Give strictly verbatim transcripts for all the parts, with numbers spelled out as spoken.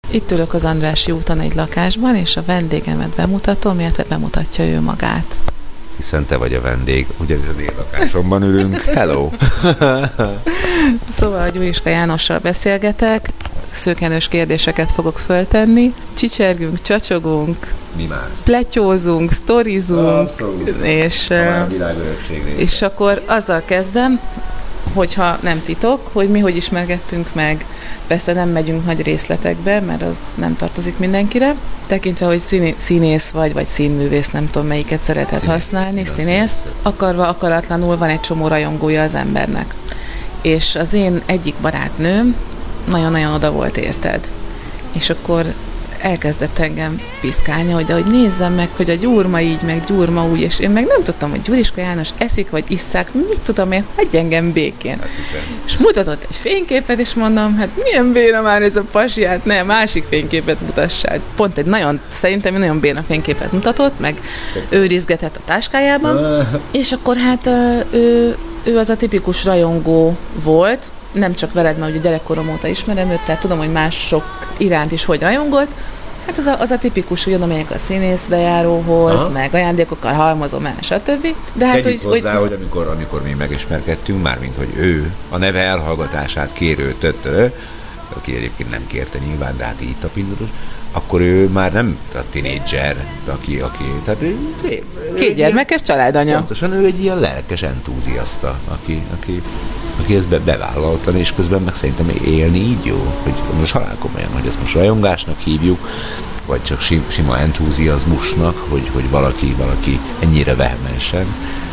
Itt ülök az Andrássy úton egy lakásban, és a vendégemet bemutatom, illetve bemutatja ő magát. Hiszen te vagy a vendég, ugyanis az én lakásomban ülünk. Hello! Szóval a Gyuriska Jánossal beszélgetek, szőkenős kérdéseket fogok föltenni, csicsergünk, csacsogunk, Mi már? pletyózunk, sztorizunk, Abszolút. és, uh, és akkor azzal kezdem, hogyha nem titok, hogy mi hogy ismergettünk meg. Persze nem megyünk nagy részletekbe, mert az nem tartozik mindenkire. Tekintve, hogy színé, színész vagy, vagy színművész, nem tudom melyiket szereted színész. használni, színész, színész, akarva, akaratlanul van egy csomó rajongója az embernek. És az én egyik barátnőm nagyon-nagyon oda volt érted. És akkor elkezdett engem piszkálni, hogy de hogy nézzem meg, hogy a Gyurma így, meg Gyurma úgy, és én meg nem tudtam, hogy Gyuriska János eszik, vagy isszák, mit tudom én, hagyj engem békén. Hát és mutatott egy fényképet, és mondom, hát milyen béna már ez a pasi, hát ne, másik fényképet mutassál. Pont egy nagyon, szerintem egy nagyon béna fényképet mutatott, meg őrizgetett a táskájában, és akkor hát ő, ő az a tipikus rajongó volt, nem csak veled, mert ugye gyerekkorom óta ismerem őt, tehát tudom, hogy mások iránt is hogy rajongott. Hát az a, az a tipikus, hogy oda megyek a színészbejáróhoz, aha, meg ajándékokkal halmozom el, stb. De hát, tegyük hogy, hozzá, hogy... hogy amikor, amikor mi megismerkedtünk, mármint, hogy ő a neve elhallgatását kérő töttő, aki egyébként nem kérte nyilván, de hát így tapintatos, akkor ő már nem a tinédzser, aki, aki tehát ő, két gyermekes családanya. Pontosan, ő egy ilyen lelkes entuziaszta, aki, aki, aki ezt be, bevállaltan, és közben meg szerintem élni így jó, hogy most halálkomolyan, hogy ezt most rajongásnak hívjuk, vagy csak sima entuziazmusnak, hogy, hogy valaki, valaki ennyire vehemensen,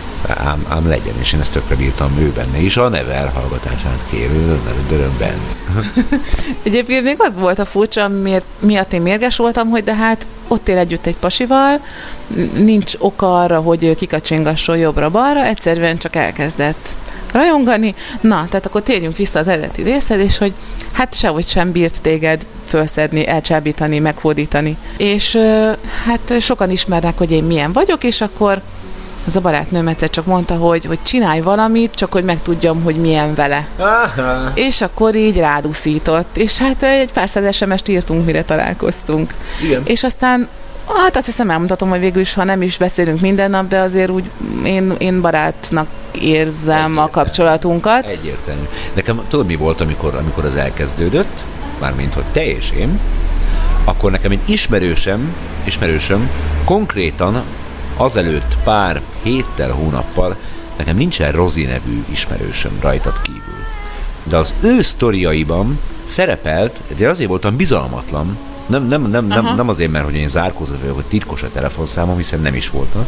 ám, ám legyen, és én ezt tökre bírtam ő benne is, a neve elhallgatását kérő Dörömben. Egyébként még az volt a furcsa, miért, miatt én mérges voltam, hogy de hát ott él együtt egy pasival, nincs oka arra, hogy kikacsingasson jobbra-balra, egyszerűen csak elkezdett rajongani. Na, tehát akkor térjünk vissza az eredeti részed, és hogy hát sehogy sem bírt téged fölszedni, elcsábítani, meghódítani. És hát sokan ismernek, hogy én milyen vagyok, és akkor az a barátnőm egyszer csak mondta, hogy, hogy csinálj valamit, csak hogy megtudjam, hogy milyen vele. Aha. És akkor így ráduszított. És hát egy pár száz es em es-t írtunk, mire találkoztunk. Igen. És aztán, hát azt hiszem elmondhatom, hogy végül is, ha nem is beszélünk minden nap, de azért úgy én, én barátnak érzem egyértelmű a kapcsolatunkat. Egyértelmű. Nekem tudod, mi volt, amikor, amikor az elkezdődött, mármint, hogy te és én, akkor nekem egy ismerősem, ismerősöm konkrétan azelőtt pár héttel, hónappal nekem nincsen Rozi nevű ismerősöm rajtad kívül. De az ő sztoriaiban szerepelt, de azért voltam bizalmatlan, nem, nem, nem, nem, nem azért, mert hogy én zárkózott vagyok, hogy titkos a telefonszámom, hiszen nem is volt az,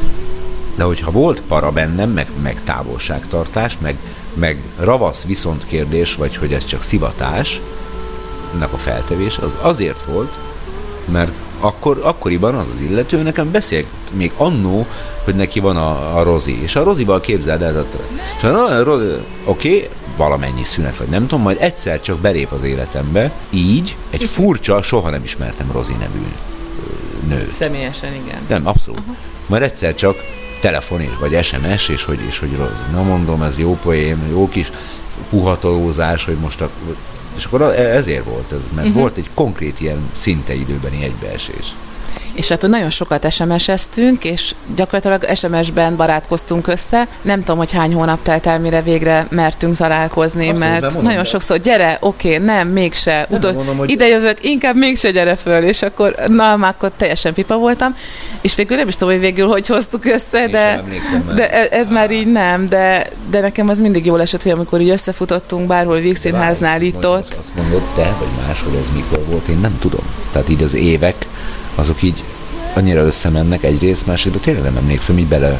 de hogyha volt para bennem, meg, meg távolságtartás, meg, meg ravasz viszontkérdés, vagy hogy ez csak szivatás, ennek a feltevés, az azért volt, mert Akkor, akkoriban az az illető nekem beszélt még annó, hogy neki van a, a Rozi, és a Rozival képzeld el, és oké, okay, valamennyi szünet, vagy nem tudom, majd egyszer csak belép az életembe, így, egy furcsa, soha nem ismertem Rozi nevű nőt. Személyesen, igen. Nem, abszolút. Uh-huh. Majd egyszer csak telefon és vagy es em es, és hogy, és hogy Rozi. Na mondom, ez jó poén, jó kis puhatolózás, hogy most a... És akkor ezért volt ez, mert uh-huh. volt egy konkrét ilyen szinte időbeni egybeesés. És hát nagyon sokat es em es-eztünk, és gyakorlatilag es em es-ben barátkoztunk össze. Nem tudom, hogy hány hónap telt el, mire végre mertünk találkozni, abszolút, mert mondom, nagyon de... sokszor, gyere, oké, okay, nem, mégse, Utol... mondom, hogy... ide jövök, inkább mégse gyere föl, és akkor, na, már akkor teljesen pipa voltam, és végül nem is tudom, hogy végül hogy hoztuk össze, de, de ez már így nem, de, de nekem az mindig jól esett, hogy amikor így összefutottunk bárhol Vígszínháznál itt ott. Azt mondod te, vagy más, hogy ez mikor volt, én nem tudom. Tehát így az évek, azok így annyira összemennek egyrészt, másrészt, de tényleg nem emlékszem, így bele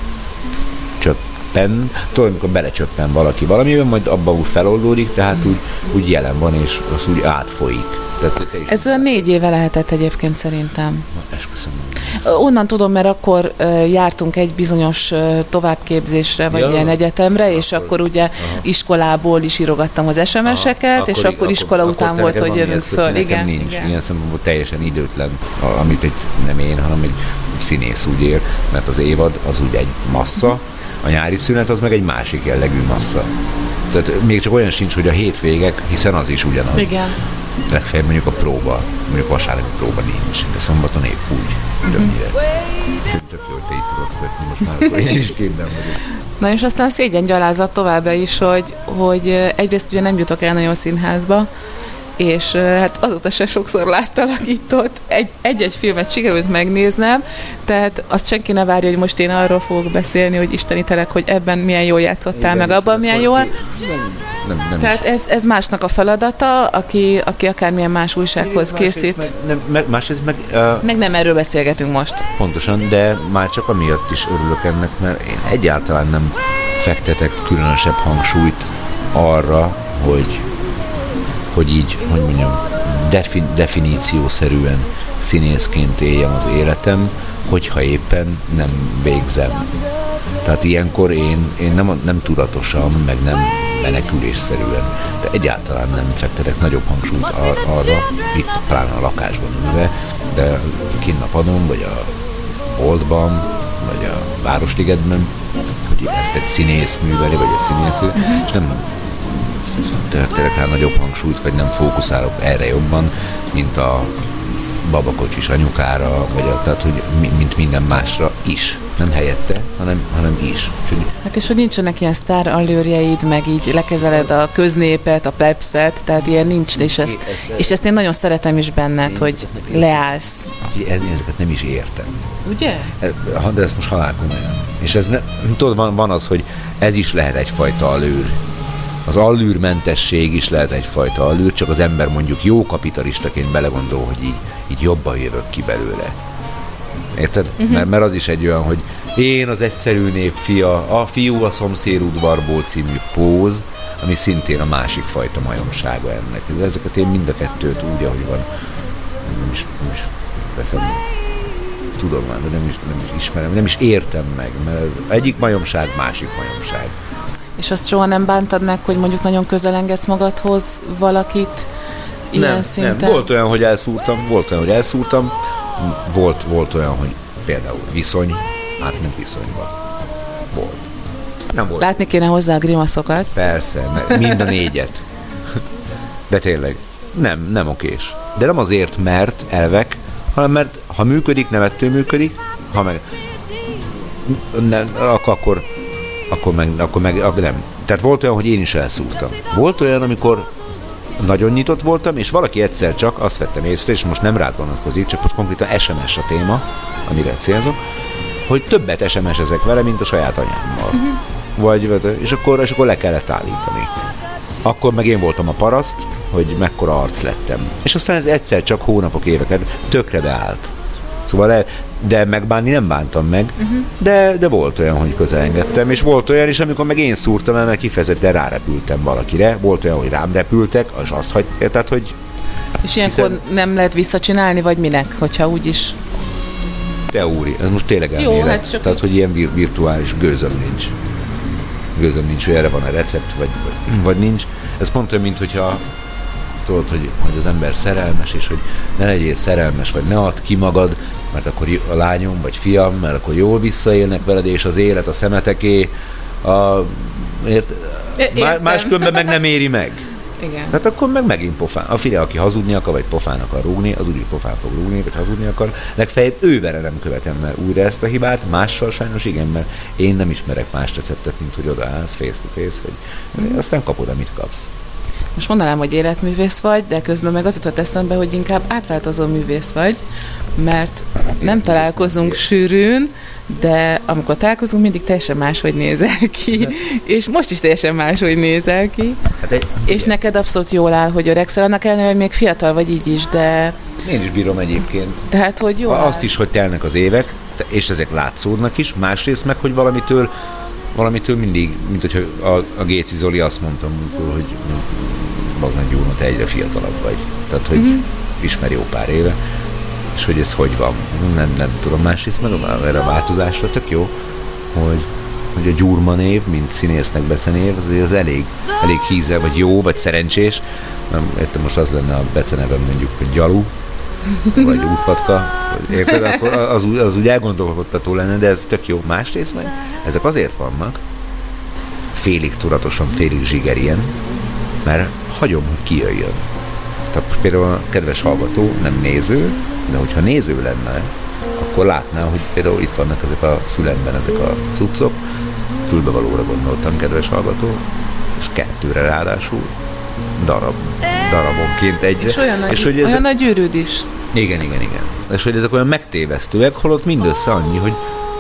csöppen, tudod, amikor belecsöppen valaki valamiben, majd abban úgy feloldódik, tehát úgy, úgy jelen van, és az úgy átfolyik. Tehát, ez olyan négy éve lehetett egyébként szerintem. Na, esküszöm. Onnan tudom, mert akkor uh, jártunk egy bizonyos uh, továbbképzésre, vagy ja, ilyen egyetemre, akkor, és akkor ugye aha. iskolából is írogattam az es em es-eket, aha, és akkor, akkor iskola akkor, után akkor volt, hogy jövünk föl. Igen, nincs. Igen. Ilyen szempontból teljesen időtlen, amit egy, nem én, hanem egy színész úgy ér, mert az évad az úgy egy massza, a nyári szünet az meg egy másik jellegű massza. Tehát még csak olyan sincs, hogy a hétvégek, hiszen az is ugyanaz. Igen. legfeljebb mondjuk a próba, mondjuk vasárnapi próba nincs, de szombaton épp úgy, többnyire. Sőt, tök jó, hogy te így tudod kötni, most már akkor én is képben vagyok. Na és aztán szégyen gyalázat továbbra is, hogy, hogy egyrészt ugye nem jutok el nagyon színházba, és hát azóta se sokszor láttalak itt ott. Egy, egy-egy filmet sikerült megnéznem, tehát azt senki ne várja, hogy most én arról fogok beszélni, hogy istenítelek, hogy ebben milyen jól játszottál, igen, meg abban milyen jól. Nem, nem, nem tehát ez, ez másnak a feladata, aki, aki akármilyen más újsághoz igen, készít. Meg, nem, meg, másrészt meg... Uh, meg nem erről beszélgetünk most. Pontosan, de már csak amiatt is örülök ennek, mert én egyáltalán nem fektetek különösebb hangsúlyt arra, hogy hogy így, hogy mondjam, defi, definíciószerűen színészként éljem az életem, hogyha éppen nem végzem. Tehát ilyenkor én, én nem, nem tudatosan, meg nem menekülésszerűen, de egyáltalán nem fektetek nagyobb hangsúlyt ar, arra, itt pláne a lakásban ülve, de kinn a padon, vagy a boltban, vagy a Városligetben, hogy ezt egy színész műveli, vagy egy színészű, uh-huh. és nem tényleg rá nagyobb hangsúlyt, vagy nem fókuszálok erre jobban, mint a babakocsis anyukára, vagy a, tehát, hogy mint minden másra is. Nem helyette, hanem, hanem is. Hát és hogy nincsenek ilyen sztár allőrjeid, meg így lekezeled a köznépet, a plebszet, tehát ilyen nincs, és ezt, és ezt én nagyon szeretem is benned, hogy leállsz. Én ezeket nem is értem. Ugye? De ezt most halálkomolyan. És ez ne, tudod, van, van az, hogy ez is lehet egyfajta allőr. Az allűrmentesség is lehet egyfajta allűr, csak az ember mondjuk jó kapitalistaként belegondol, hogy így, így jobban jövök ki belőle. Érted? Uh-huh. Mert, mert az is egy olyan, hogy én az egyszerű nép fia, a fiú a szomszéd udvarból című póz, ami szintén a másik fajta majomsága ennek. De ezeket én mind a kettőt úgy, ahogy van, nem is, nem is veszem tudomány, de nem is, nem is ismerem, nem is értem meg, mert egyik majomság, másik majomság. És azt soha nem bántad meg, hogy mondjuk nagyon közel engedsz magadhoz valakit ilyen nem, szinten? Nem, volt olyan, hogy elszúrtam, volt olyan, hogy elszúrtam, volt, volt olyan, hogy például viszony, hát nem viszonyban. Volt. Nem volt. Látni kéne hozzá a grimaszokat. Persze, mind a négyet. De tényleg, nem, nem okés. De nem azért, mert elvek, hanem mert ha működik, nevettől működik, ha meg nem, akkor akkor meg, akkor meg nem. Tehát volt olyan, hogy én is elszúrtam. Volt olyan, amikor nagyon nyitott voltam, és valaki egyszer csak azt vettem észre, és most nem rád vonatkozik, csak most konkrétan es em es a téma, amire célzok, hogy többet es em es-ezek vele, mint a saját anyámmal. Uh-huh. Vagy, és akkor, és akkor le kellett állítani. Akkor meg én voltam a paraszt, hogy mekkora arc lettem. És aztán ez egyszer csak hónapok, éveket tökre beállt. Szóval, de megbánni nem bántam meg, uh-huh. de, de volt olyan, hogy közel engedtem, és volt olyan is, amikor meg én szúrtam el, mert kifejezetten rárepültem valakire, volt olyan, hogy rám repültek, és azt hagyták, tehát, hogy... És ilyenkor hiszen... nem lehet visszacsinálni, vagy minek, hogyha úgyis... Te úri, ez most tényleg elmélet. Hát csak... Tehát, hogy ilyen vir- virtuális gőzöm nincs. Gőzöm nincs, hogy erre van a recept, vagy, vagy, vagy nincs. Ez pont olyan, mint hogyha tudod, hogy, hogy az ember szerelmes, és hogy ne legyél szerelmes, vagy ne add ki magad, mert akkor a lányom, vagy fiam, mert akkor jól visszaélnek veled, és az élet a szemeteké, a, ért, máskülönben meg nem éri meg. Igen. Tehát akkor meg megint pofán. A fia, aki hazudni akar, vagy pofán akar rúgni, az úgyis pofán fog rúgni, vagy hazudni akar. Legfeljebb ővele nem követem el újra ezt a hibát, mással sajnos igen, mert én nem ismerek más receptet, mint hogy odaállsz face to face, vagy mm. aztán kapod, amit kapsz. Most mondanám, hogy életművész vagy, de közben meg az jutott eszembe, hogy inkább átváltozó művész vagy, mert nem találkozunk sűrűn, de amikor találkozunk, mindig teljesen máshogy nézel ki, és most is teljesen máshogy nézel ki. Hát egy, és igen. Neked abszolút jól áll, hogy öregszel, annak ellenére, hogy még fiatal vagy így is, de... Én is bírom egyébként. Tehát, hogy jól áll. Azt is, hogy telnek az évek, és ezek látszódnak is, másrészt meg, hogy valamitől, valamitől mindig, mint hogyha a, a Géci Zoli azt mondta, hogy Magna Gyurma, te egyre fiatalabb vagy. Tehát, hogy mm-hmm. ismeri jó pár éve, és hogy ez hogy van. Nem, nem tudom, másrészt meg erre a változásra tök jó, hogy, hogy a Gyurma név, mint színésznek becenév, az, az elég, elég híze, vagy jó, vagy szerencsés. Nem, értem, most az lenne a becenevem mondjuk, hogy Gyalu, vagy Útpatka, érted, akkor az, az úgy elgondolkodtató lenne, de ez tök jó. Másrészt meg ezek azért vannak, félig tudatosan, félig zsigerien, mert hagyom, hogy kijöjjön. Tehát most például a kedves hallgató nem néző, de hogyha néző lenne, akkor látná, hogy például itt vannak ezek a fülemben ezek a cuccok, fülbevalóra gondoltam, kedves hallgató, és kettőre ráadásul darab, darabonként egyre. És olyan, és nagy, hogy olyan nagy gyűrűd is. Igen, igen, igen. És hogy ezek olyan megtévesztőek, holott mindössze annyi, hogy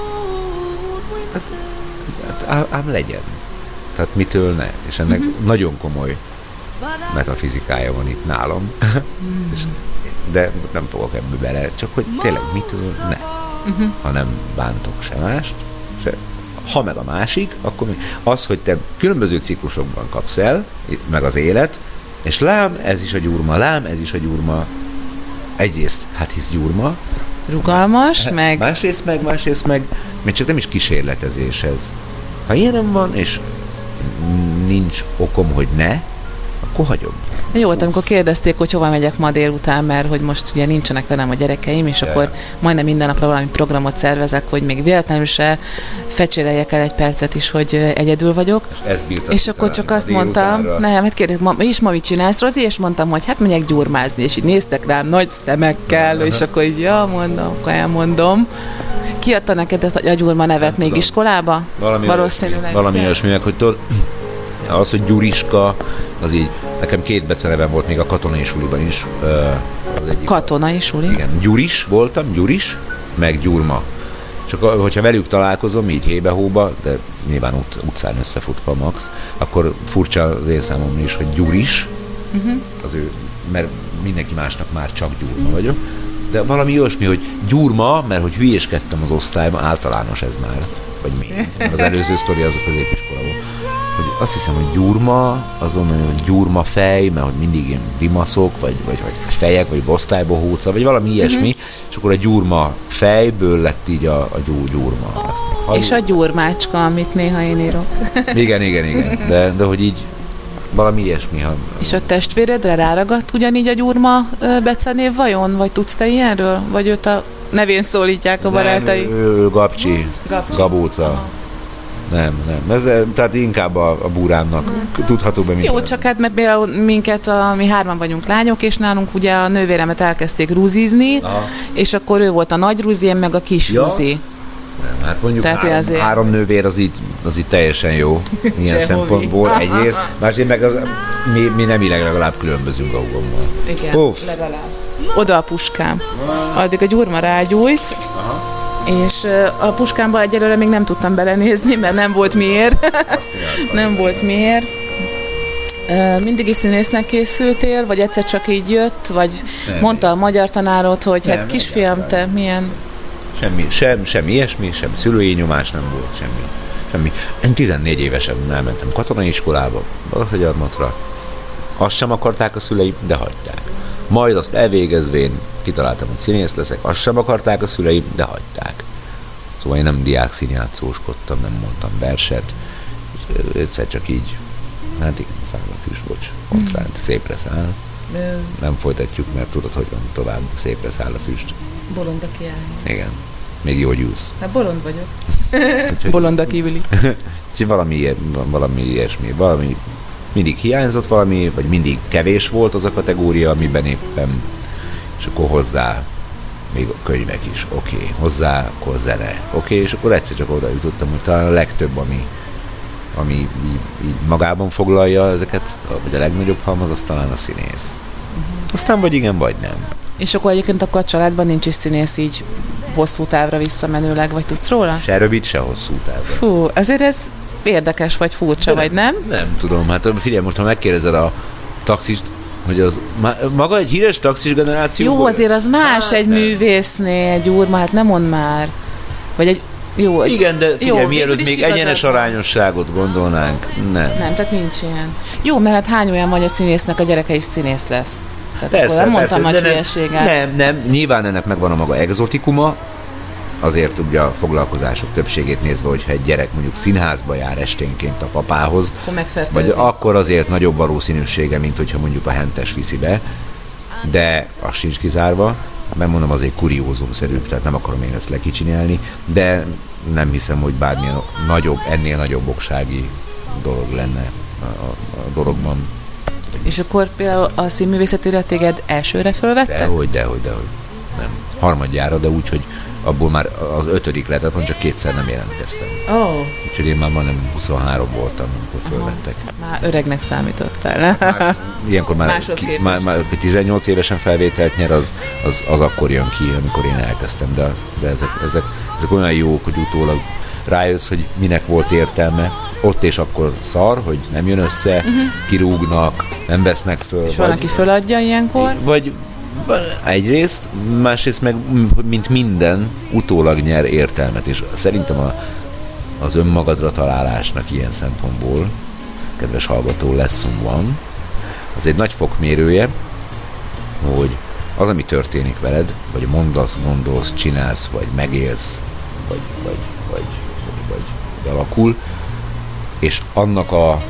hát, hát ám legyen. Tehát mitől ne? És ennek uh-huh. nagyon komoly metafizikája van itt nálam. és, de nem fogok ebbe bele, csak hogy tényleg mitől ne? Uh-huh. Ha nem bántok se mást, se. Ha meg a másik, akkor még az, hogy te különböző ciklusokban kapsz el, meg az élet, és lám, ez is a gyurma, lám, ez is a gyurma. Egyrészt, hát hisz gyurma. Rugalmas, hát, meg... Másrészt meg, másrészt meg, még csak nem is kísérletezés ez. Ha ilyen nem van, és nincs okom, hogy ne, akkor hagyom. Jó volt, amikor kérdezték, hogy hova megyek ma délután, mert hogy most ugye nincsenek velem a gyerekeim, és ja. akkor majdnem minden napra valami programot szervezek, hogy még véletlenül se fecséreljek el egy percet is, hogy egyedül vagyok. És akkor csak azt mondtam, nem, hát kérdezik, ma, is ma mit csinálsz, Rozi? És mondtam, hogy hát megyek gyurmázni, és így néztek rám nagy szemekkel, uh-huh. és akkor így, ja, mondom, akkor elmondom. Ki adta neked a gyurma nevet nem még tudom. Iskolába? Valami valószínűleg. Valami olyasmi, meg hogy tudod, az, hogy Gyuriska, az így, nekem két becenevem volt még a katonai suliban is. Az egyik, katonai suli? Igen, Gyuris voltam, Gyuris, meg Gyurma. Csak hogyha velük találkozom, így hébe-hóba, de nyilván ut- utcán összefutva max, akkor furcsa az én számomra is, hogy Gyuris, uh-huh. az ő, mert mindenki másnak már csak Gyurma vagyok, de valami olyasmi, hogy Gyurma, mert hogy hülyéskedtem az osztályban, általános ez már, vagy mi. Az előző sztori az a középiskola volt. Hogy azt hiszem, hogy gyurma, azon, hogy gyurma fej, mert hogy mindig ilyen rimaszok, vagy, vagy, vagy fejek, vagy osztályba hóca, vagy valami ilyesmi, mm-hmm. és akkor a gyurma fejből lett így a, a gyú, gyurma. Azt, és a gyurmácska, amit néha én írok. Igen, igen, igen, de, de hogy így valami ilyesmi. Ha... És a testvéredre ráragadt ugyanígy a gyurma becenév vajon? Vagy tudsz te ilyenről? Vagy őt a nevén szólítják a barátai? Nem, ő, ő Gabcsi, Gabcsi. Gabóca. Aha. Nem, nem. Ez, tehát inkább a, a búrámnak mm. tudható be, mint jó, csak hát mert például minket, a, mi hárman vagyunk lányok, és nálunk ugye a nővéremet elkezdték ruzizni, aha. és akkor ő volt a nagy ruzi, én meg a kis ja. ruzi. Nem, hát mondjuk három, azért... három nővér az így, az így teljesen jó ilyen szempontból egyrészt, másrészt meg az, mi, mi nemileg legalább különbözünk a húgommal. Igen, Uf. legalább. Oda a puskám. Addig a gyurma rágyújt, aha. és a puskámba egyelőre még nem tudtam belenézni, mert nem volt miért. nem volt miért. Mindig is színésznek készültél, vagy egyszer csak így jött, vagy nem, mondta a magyar tanárod, hogy nem, hát kisfiam, te milyen... Semmi, sem, semmi ilyesmi, sem szülői nyomás nem volt, semmi. semmi. Én tizennégy évesen elmentem katonai iskolába, Balatongyarmatra. Azt sem akarták a szüleim, de hagyták. Majd azt elvégezvén kitaláltam, hogy színész leszek, azt sem akarták a szüleim, de hagyták. Szóval én nem diák színjátszóskodtam, nem mondtam verset. Egyszer csak így, hát igen, száll a füst, bocs, pont ránt, szépre száll. Nem folytatjuk, mert tudod, hogy van tovább, szépre száll a füst. Bolond, aki állja. Igen, még jól gyúsz. Hát bolond vagyok. Bolonda kívüli. Úgyhogy valami, valami ilyesmi, valami mindig hiányzott valami, vagy mindig kevés volt az a kategória, amiben éppen, és akkor hozzá még a könyvek is, oké, okay. hozzá, akkor zene, oké, okay. és akkor egyszer csak oda jutottam, hogy talán a legtöbb, ami, ami így, így magában foglalja ezeket, vagy a legnagyobb halmaz, az talán a színész. Uh-huh. Aztán vagy igen, vagy nem. És akkor egyébként akkor a családban nincs is színész így hosszú távra visszamenőleg, vagy tudsz róla? Se rövid, se hosszú távra. Fú, azért ez érdekes, vagy furcsa, vagy nem? Nem tudom, hát figyelj, most ha megkérdezed a taxist, hogy az maga egy híres taxis generáció. Jó, azért az más hát, egy nem. művésznél, egy úrma, hát nem mond már. Vagy egy jó. Egy, igen, de figyelj, jó, mielőtt még egyenes arányosságot gondolnánk, nem. Nem, tehát nincs ilyen. Jó, mert hát hány olyan magyar színésznek a gyereke is színész lesz. Tehát persze, nem persze, mondtam nagy hülyeséget. Nem, nem, nyilván ennek megvan a maga egzotikuma, azért ugye a foglalkozások többségét nézve, hogyha egy gyerek mondjuk színházba jár esténként a papához, akkor vagy akkor azért nagyobb valószínűsége, mint hogyha mondjuk a hentes viszi be, de az sincs kizárva, mert mondom azért kuriózumszerű, tehát nem akarom én ezt lekicsinyelni, de nem hiszem, hogy bármilyen nagyobb, ennél nagyobb oksági dolog lenne a, a, a dologban. És akkor például a színművészetére téged elsőre fölvettek? Dehogy, dehogy, dehogy. Nem. Harmadjára, de úgy, hogy abból már az ötödik lehetett, mondjuk csak kétszer nem jelentkeztem. Oh. Úgyhogy én már majdnem huszonhárom voltam, amikor fölvettek. Már öregnek számítottál, ne? Más, ilyenkor már, ki, már, már tizennyolc évesen felvételt nyer, az, az, az akkor jön ki, amikor én elkezdtem, de, de ezek, ezek, ezek olyan jók, hogy utólag rájössz, hogy minek volt értelme. Ott és akkor szar, hogy nem jön össze, uh-huh. kirúgnak, nem vesznek föl. És vagy, van, aki föladja ilyenkor? Vagy egyrészt, másrészt meg, mint minden, utólag nyer értelmet, és szerintem a, az önmagadra találásnak ilyen szempontból, kedves hallgató, lesson van, az egy nagy fokmérője, hogy az, ami történik veled, vagy mondasz, gondolsz, csinálsz, vagy megélsz, vagy, vagy, vagy, vagy, vagy, vagy alakul, és annak a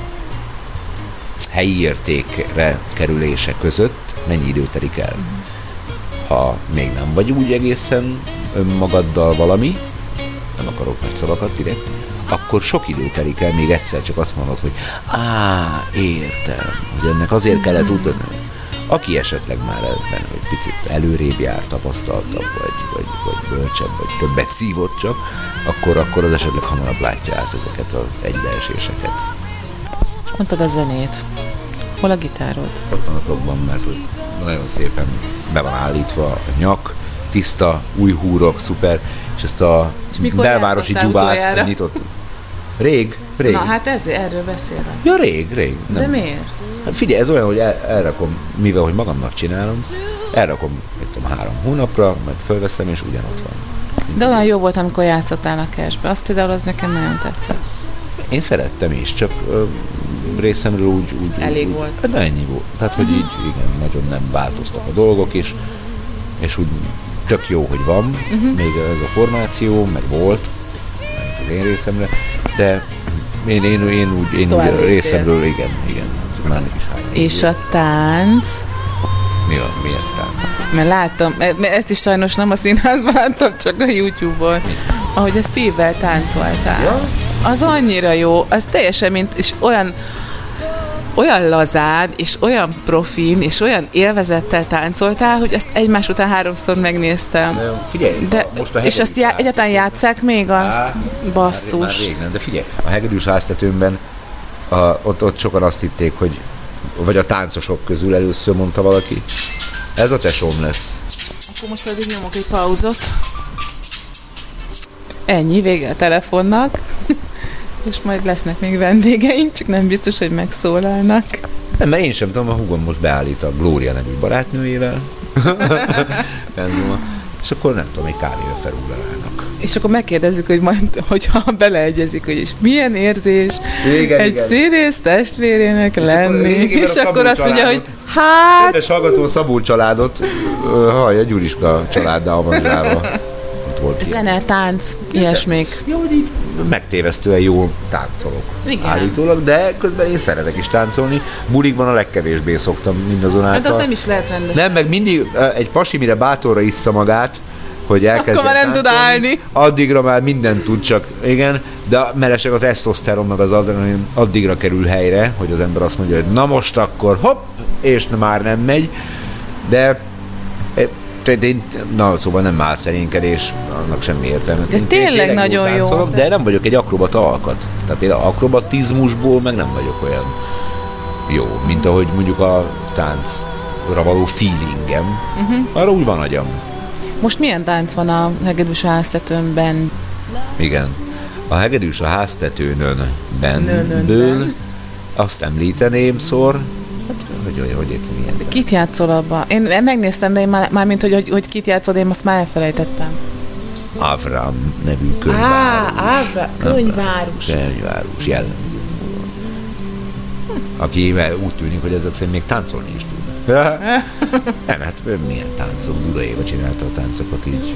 helyi értékre kerülése között mennyi idő telik el. Ha még nem vagy úgy egészen önmagaddal valami, nem akarok nagy szavakat direkt, akkor sok idő telik el, még egyszer csak azt mondod, hogy á, értem, hogy ennek azért kellett tudni. Aki esetleg már ebben, hogy picit előrébb jár, tapasztaltabb, vagy, vagy, vagy bölcsebb, vagy többet szívott csak, akkor, akkor az esetleg hamarabb látja át ezeket az egybeeséseket. Mondtad a zenét. Hol a gitárod? Ott van a tokban, mert hogy nagyon szépen be van állítva a nyak, tiszta, új húrok, szuper, és ezt a és belvárosi dzsubát nyitott. Rég, rég. Na hát ez, erről beszélek. Ja, rég, rég. Nem. De miért? Hát figyelj, ez olyan, hogy el, elrakom, mivel hogy magamnak csinálom, elrakom, mit tudom, három hónapra, majd fölveszem, és ugyanott van. De olyan jó volt, amikor játszottál a Cashbe. Az például az nekem nagyon tetszett. Én szerettem is, csak ö, részemről úgy... úgy Elég úgy, volt. De ennyi volt. Tehát, hogy így igen, nagyon nem változtak a dolgok, és, és úgy tök jó, hogy van uh-huh. még ez a formáció, meg volt, nem az én részemre, de én, én, én úgy, én úgy részemről, igen, igen. Már is és a tánc? Mi van? Milyen tánc? Mert láttam, mert ezt is sajnos nem a színházban láttam, csak a YouTube-on, ahogy a Steve-vel táncoltál. Ja? Az annyira jó, az teljesen, mint, és olyan, olyan lazán, és olyan profin, és olyan élvezettel táncoltál, hogy ezt egymás után háromszor megnéztem. De figyelj, de, most a és azt já, egyáltalán játsszák még azt? Á, basszus. Már, már rég nem, de figyelj, a hegedűs háztetőmben a, ott, ott sokan azt hitték, hogy vagy a táncosok közül először mondta valaki, ez a tesóm lesz. Akkor most pedig nyomok egy pauzot. Ennyi, vége a telefonnak. És majd lesznek még vendégeink, csak nem biztos, hogy megszólalnak. Nem, mert én sem tudom, a húgom most beállít a Glória nevű barátnőjével. És akkor nem tudom, egy kávéra felugrának. És akkor megkérdezzük, hogy majd, hogyha beleegyezik, hogy is milyen érzés igen, egy igen. színész testvérének lenni. Igen, és akkor azt mondja, hogy hát... Kedves hallgató, a Szabó családot, hallja, Gyuriska családdal avanzsálva. Zene, tánc, ilyesmik. Jó, hogy így megtévesztően jól táncolok. Igen. Állítólag, de közben én szeretek is táncolni. Bulikban a legkevésbé szoktam mindazonáltal. De nem is lehet rendesen. Nem, meg mindig egy pasi, mire bátorra issza magát, hogy elkezdjen akkor már nem táncolni, tud állni. Addigra már mindent tud, csak igen, de mellesleg a tesztoszteron meg az adrenalin addigra kerül helyre, hogy az ember azt mondja, hogy na most akkor hopp, és már nem megy, de én, na, szóval nem álszerénkedés, annak semmi értelme. De tényleg, tényleg nagyon jó. Táncolok, de nem vagyok egy akrobata alkat. Tehát például akrobatizmusból meg nem vagyok olyan jó, mint ahogy mondjuk a táncra való feelingem. Uh-huh. Arra úgy van agyam. Most milyen tánc van a hegedűs háztetőnben? Igen. A hegedűs a háztetőnön ből, azt említeném szor, hogy, hogy, hogy épp milyen. De kit játszol abba? Én megnéztem, de én már, már mint hogy, hogy, hogy kit játszol, én azt már elfelejtettem. Avram nevű könyvárus. Á, Avram, könyvárus. Könyvárus, jellemző. Aki úgy tűnik, hogy ezek szerint még táncolni is tud. Nem, hát milyen táncok, Duda Éva csinálta a táncokat így.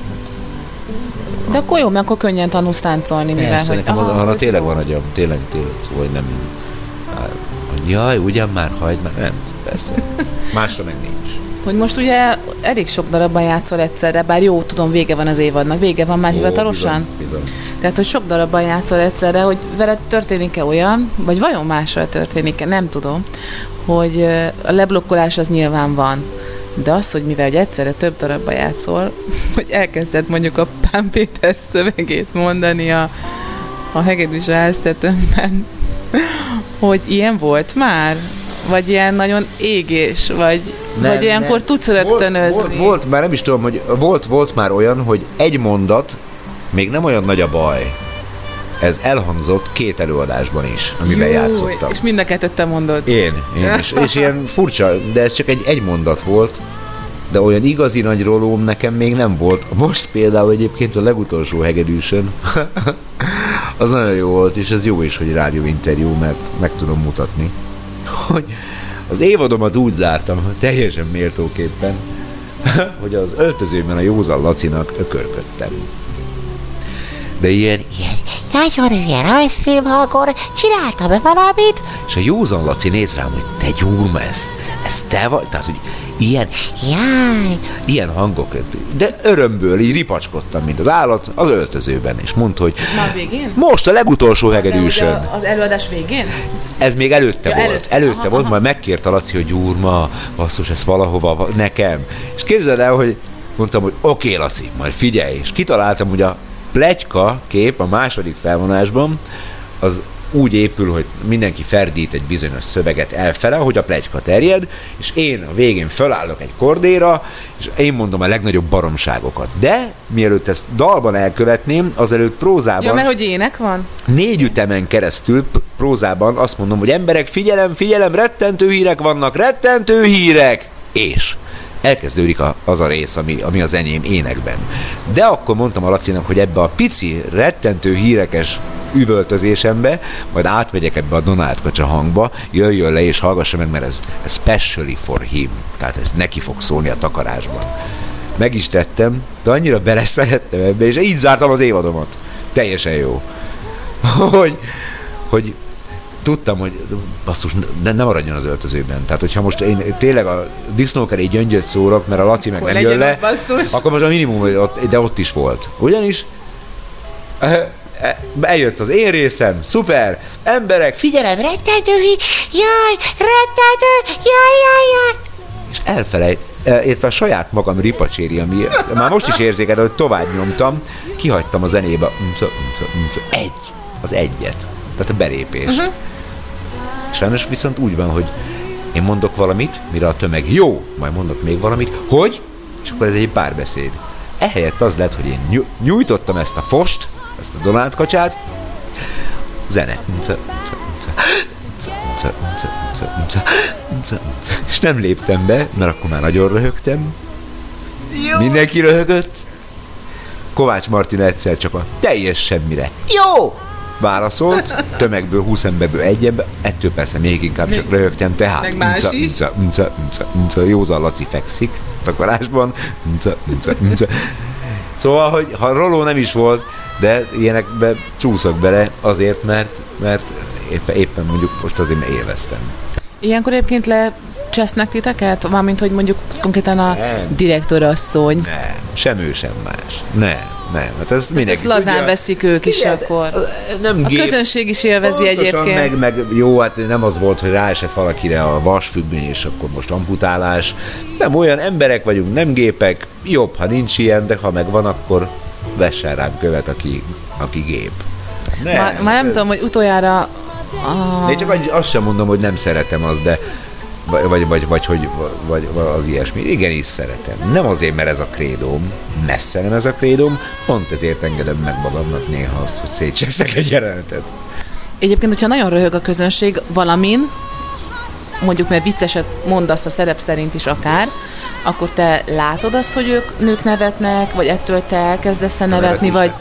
De akkor jó, mert akkor könnyen tanulsz táncolni, mivel, persze, hogy... Nekem aha, arra tényleg van agyam, tényleg, tényleg, szóval, hogy nem... Jaj, ugyan már, hagyd már, nem, persze. Másra meg nincs. Hogy most ugye elég sok darabban játszol egyszerre, bár jó, tudom, vége van az évadnak, vége van már Ó, hivatalosan? Bizony, bizony. Tehát, hogy sok darabban játszol egyszerre, hogy veled történik-e olyan, vagy vajon másra történik-e, nem tudom, hogy a leblokkolás az nyilván van, de az, hogy mivel hogy egyszerre több darabba játszol, hogy elkezded mondjuk a Pán Péter szövegét mondani a, a hegedűs háztetőmben, hogy ilyen volt már? Vagy ilyen nagyon égés? Vagy, nem, vagy ilyenkor nem. Tudsz rögtönözni? Volt, volt, volt, már nem is tudom, hogy volt, volt már olyan, hogy egy mondat, még nem olyan nagy a baj. Ez elhangzott két előadásban is, amiben Jó, játszottam. És mind a kettőt te mondod. Én, én is. És ilyen furcsa, de ez csak egy, egy mondat volt, de olyan igazi nagy rolóm nekem még nem volt. Most például egyébként a legutolsó hegedűsön, az nagyon jó volt, és ez jó is, hogy rádióinterjú, mert meg tudom mutatni, hogy az évadomat úgy zártam, teljesen méltóképpen, hogy az öltözőben a Józan Lacinak ökörködtem. De ilyen, ilyen nagyon ilyen rajzfilm, akkor csináltam-e valamit? És a Józan Laci néz rám, hogy te gyurma, ez, ez te vagy? Tehát, hogy ilyen, jaj, ilyen hangok. De örömből így ripacskodtam, mint az állat az öltözőben, és mondta, hogy már végén? Most a legutolsó hegedűsön. Az előadás végén? Ez még előtte ja, volt. Előtte, előtte aha, volt, aha. Majd megkérte Laci, hogy gyurma, basszus, ez valahova nekem. És képzeld el, hogy mondtam, hogy oké, okay, Laci, majd figyelj, és kitaláltam, hogy a pletyka kép a második felvonásban az úgy épül, hogy mindenki ferdít egy bizonyos szöveget elfele, hogy a pletyka terjed, és én a végén fölállok egy kordéra, és én mondom a legnagyobb baromságokat. De mielőtt ezt dalban elkövetném, azelőtt prózában... Ja, mert hogy ének van? Négy ütemen keresztül prózában azt mondom, hogy emberek, figyelem, figyelem, rettentő hírek vannak, rettentő hírek! És... elkezdődik a, az a rész, ami, ami az enyém énekben. De akkor mondtam a Lacinak, hogy ebbe a pici, rettentő hírekes üvöltözésembe, majd átmegyek ebbe a Donald Kacsa hangba, jöjjön le és hallgassa meg, mert ez, ez specially for him. Tehát ez neki fog szólni a takarásban. Meg is tettem, de annyira beleszerettem ebbe, és így zártam az évadomat. Teljesen jó. hogy, hogy tudtam, hogy basszus, ne, ne maradjon az öltözőben. Tehát, hogyha most én tényleg a disznókeré gyöngyöt szórok, mert a Laci meg nem jön le, akkor most a minimum, hogy ott, de ott is volt. Ugyanis eljött az én részem, szuper, emberek, figyelem, rettentő, jaj, rettentő, jaj, jaj, jaj. És elfelejt, értve a saját magam ripacséri, ami már most is érzékeltem, hogy tovább nyomtam, kihagytam a zenébe, egy, az egyet, tehát a belépés. Uh-huh. Sajnos viszont úgy van, hogy én mondok valamit, mire a tömeg jó, majd mondok még valamit, hogy, és akkor ez egy párbeszéd. Ehelyett az lett, hogy én nyújtottam ezt a fost, ezt a Donald Kacsát, zene. És nem léptem be, mert akkor már nagyon röhögtem. Jó. Mindenki röhögött. Kovács Martina egyszer csak a teljes semmire. Jó! Válaszolt, tömegből, húsz emberből egy ember, ettől persze még inkább még, csak röhögtem, tehát meg más unca, is. Unca, unca, unca, unca, Józan Laci fekszik takarásban, unca, unca, unca. Szóval, hogy ha roló nem is volt, de ilyenekbe csúszok bele azért, mert, mert éppen, éppen mondjuk most azért élveztem. Ilyenkor egyébként lecsesznek titeket? Valamint, hogy mondjuk konkrétan a nem. direktorasszony. Nem, sem ő, sem más. Nem. Nem, hát ez mindenki ezt lazán tudja, veszik ők is igen, akkor. Nem a gép, közönség is élvezi egyébként. Meg, meg jó, hát nem az volt, hogy ráesett valakire a vasfüggöny, és akkor most amputálás. Nem olyan emberek vagyunk, nem gépek. Jobb, ha nincs ilyen, de ha meg van, akkor vessen rám követ, aki, aki gép. Nem, már, már nem ez... tudom, hogy utoljára... Ah. Én csak azt sem mondom, hogy nem szeretem azt, de vagy, vagy, vagy, vagy, hogy, vagy, vagy az ilyesmi. Igenis szeretem. Nem azért, mert ez a krédóm, messze nem ez a krédóm, pont ezért engedem meg magamnak néha azt, hogy szétcseszek egy jelenetet. Egyébként, hogyha nagyon röhög a közönség valamin, mondjuk mert vicceset mondasz a szerep szerint is akár, akkor te látod azt, hogy ők nők nevetnek, vagy ettől te elkezdesz nevetni, vagy...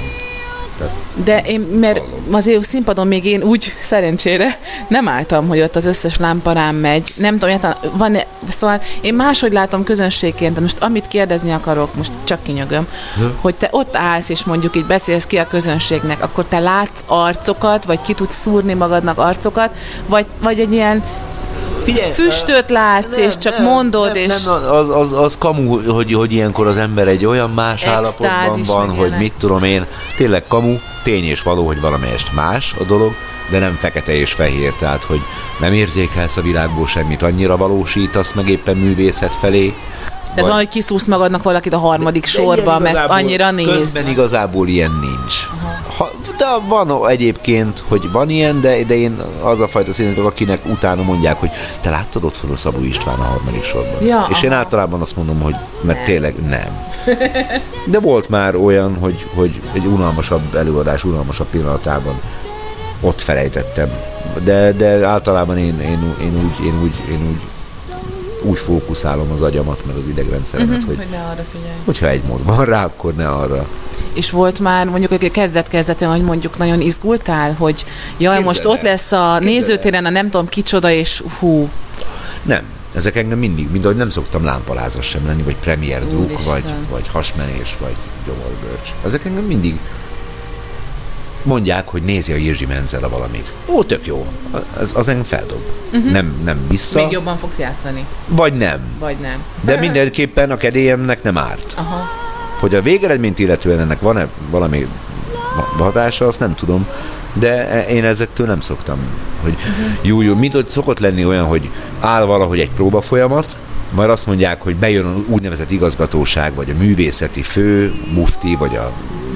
De én, mert azért színpadon még én úgy szerencsére nem álltam, hogy ott az összes lámpa rám megy. Nem tudom, van, szóval én máshogy látom közönségként, de most amit kérdezni akarok, most csak kinyögöm, hm? hogy te ott állsz, és mondjuk így beszélsz ki a közönségnek, akkor te látsz arcokat, vagy ki tudsz szúrni magadnak arcokat, vagy, vagy egy ilyen figyelj, füstöt látsz, nem, és csak nem, mondod, nem, és... Nem, az, az, az kamu, hogy, hogy ilyenkor az ember egy olyan más állapotban van, hogy mit tudom én, tényleg kamu, tény és való, hogy valamelyest más a dolog, de nem fekete és fehér, tehát, hogy, nem érzékelsz a világból semmit, annyira valósítasz meg éppen művészet felé. Tehát van, hogy kiszúsz magadnak valakit a harmadik de sorba, mert annyira néz. Közben igazából ilyen nincs. Ha, de van egyébként, hogy van ilyen, de, de én az a fajta színész, akinek utána mondják, hogy te láttad ott fel a Szabó István a harmadik sorban. Ja, és aha. Én általában azt mondom, hogy mert nem. Tényleg nem. De volt már olyan, hogy, hogy egy unalmasabb előadás, unalmasabb pillanatában ott felejtettem. De, de általában én, én, én, úgy, én, úgy, én úgy úgy fókuszálom az agyamat, meg az idegrendszeremet, uh-huh, hogy, hogy ne arra figyelj. Hogyha egy mód van rá, akkor ne arra. És volt már mondjuk a kezdet-kezdeten, hogy mondjuk nagyon izgultál, hogy jaj, Képzeld most el. Ott lesz a Képzeld nézőtéren a nem tudom kicsoda, és hú. Nem. Ezek engem mindig, mint ahogy nem szoktam lámpalázas sem lenni, vagy premier druk, vagy, vagy hasmenés, vagy gyomorbörcs. Ezek engem mindig mondják, hogy nézi a Jirzsi Menzel valamit. Ó, tök jó. Az, az engem feldob. Uh-huh. Nem, nem vissza. Még jobban fogsz játszani. Vagy nem. Vagy nem. De mindenképpen a kedélyemnek nem árt. Aha. Hogy a végeredményt illetően ennek van-e valami hatása, azt nem tudom. De én ezektől nem szoktam. Hogy uh-huh. jó, jó, mint hogy szokott lenni olyan, hogy áll valahogy egy próbafolyamat, majd azt mondják, hogy bejön a úgynevezett igazgatóság, vagy a művészeti fő, mufti, vagy a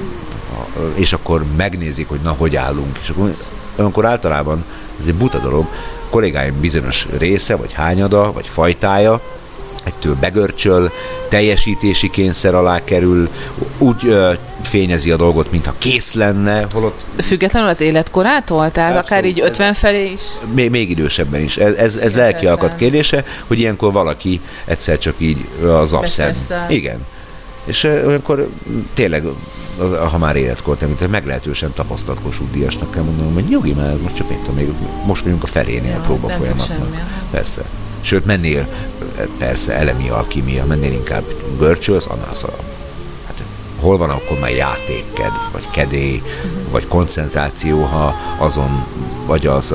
és akkor megnézik, hogy na, hogy állunk. És akkor olyankor általában ez egy buta dolog, a kollégáim bizonyos része, vagy hányada, vagy fajtája ettől begörcsöl, teljesítési kényszer alá kerül, úgy ö, fényezi a dolgot, mintha kész lenne, holott... Függetlenül az életkorától? Tehát abszolút, akár így ötven felé is? Még, még idősebben is. Ez, ez, ez lelki alkat kérdése, hogy ilyenkor valaki egyszer csak így az abszent. Igen. És ö, olyankor tényleg ha már életkort említett, meglehetősen tapasztalt Kossuth Díjasnak kell mondanom, hogy nyugi, mert most csak még, még most vagyunk a felénél ja, a próba folyamatnak. Persze. Sőt, mennél, persze, elemi alkimia, mennél inkább görcsölsz, annál szarabb. Hát, hol van akkor már játékked, vagy kedély, uh-huh. vagy koncentráció, ha azon, vagy az,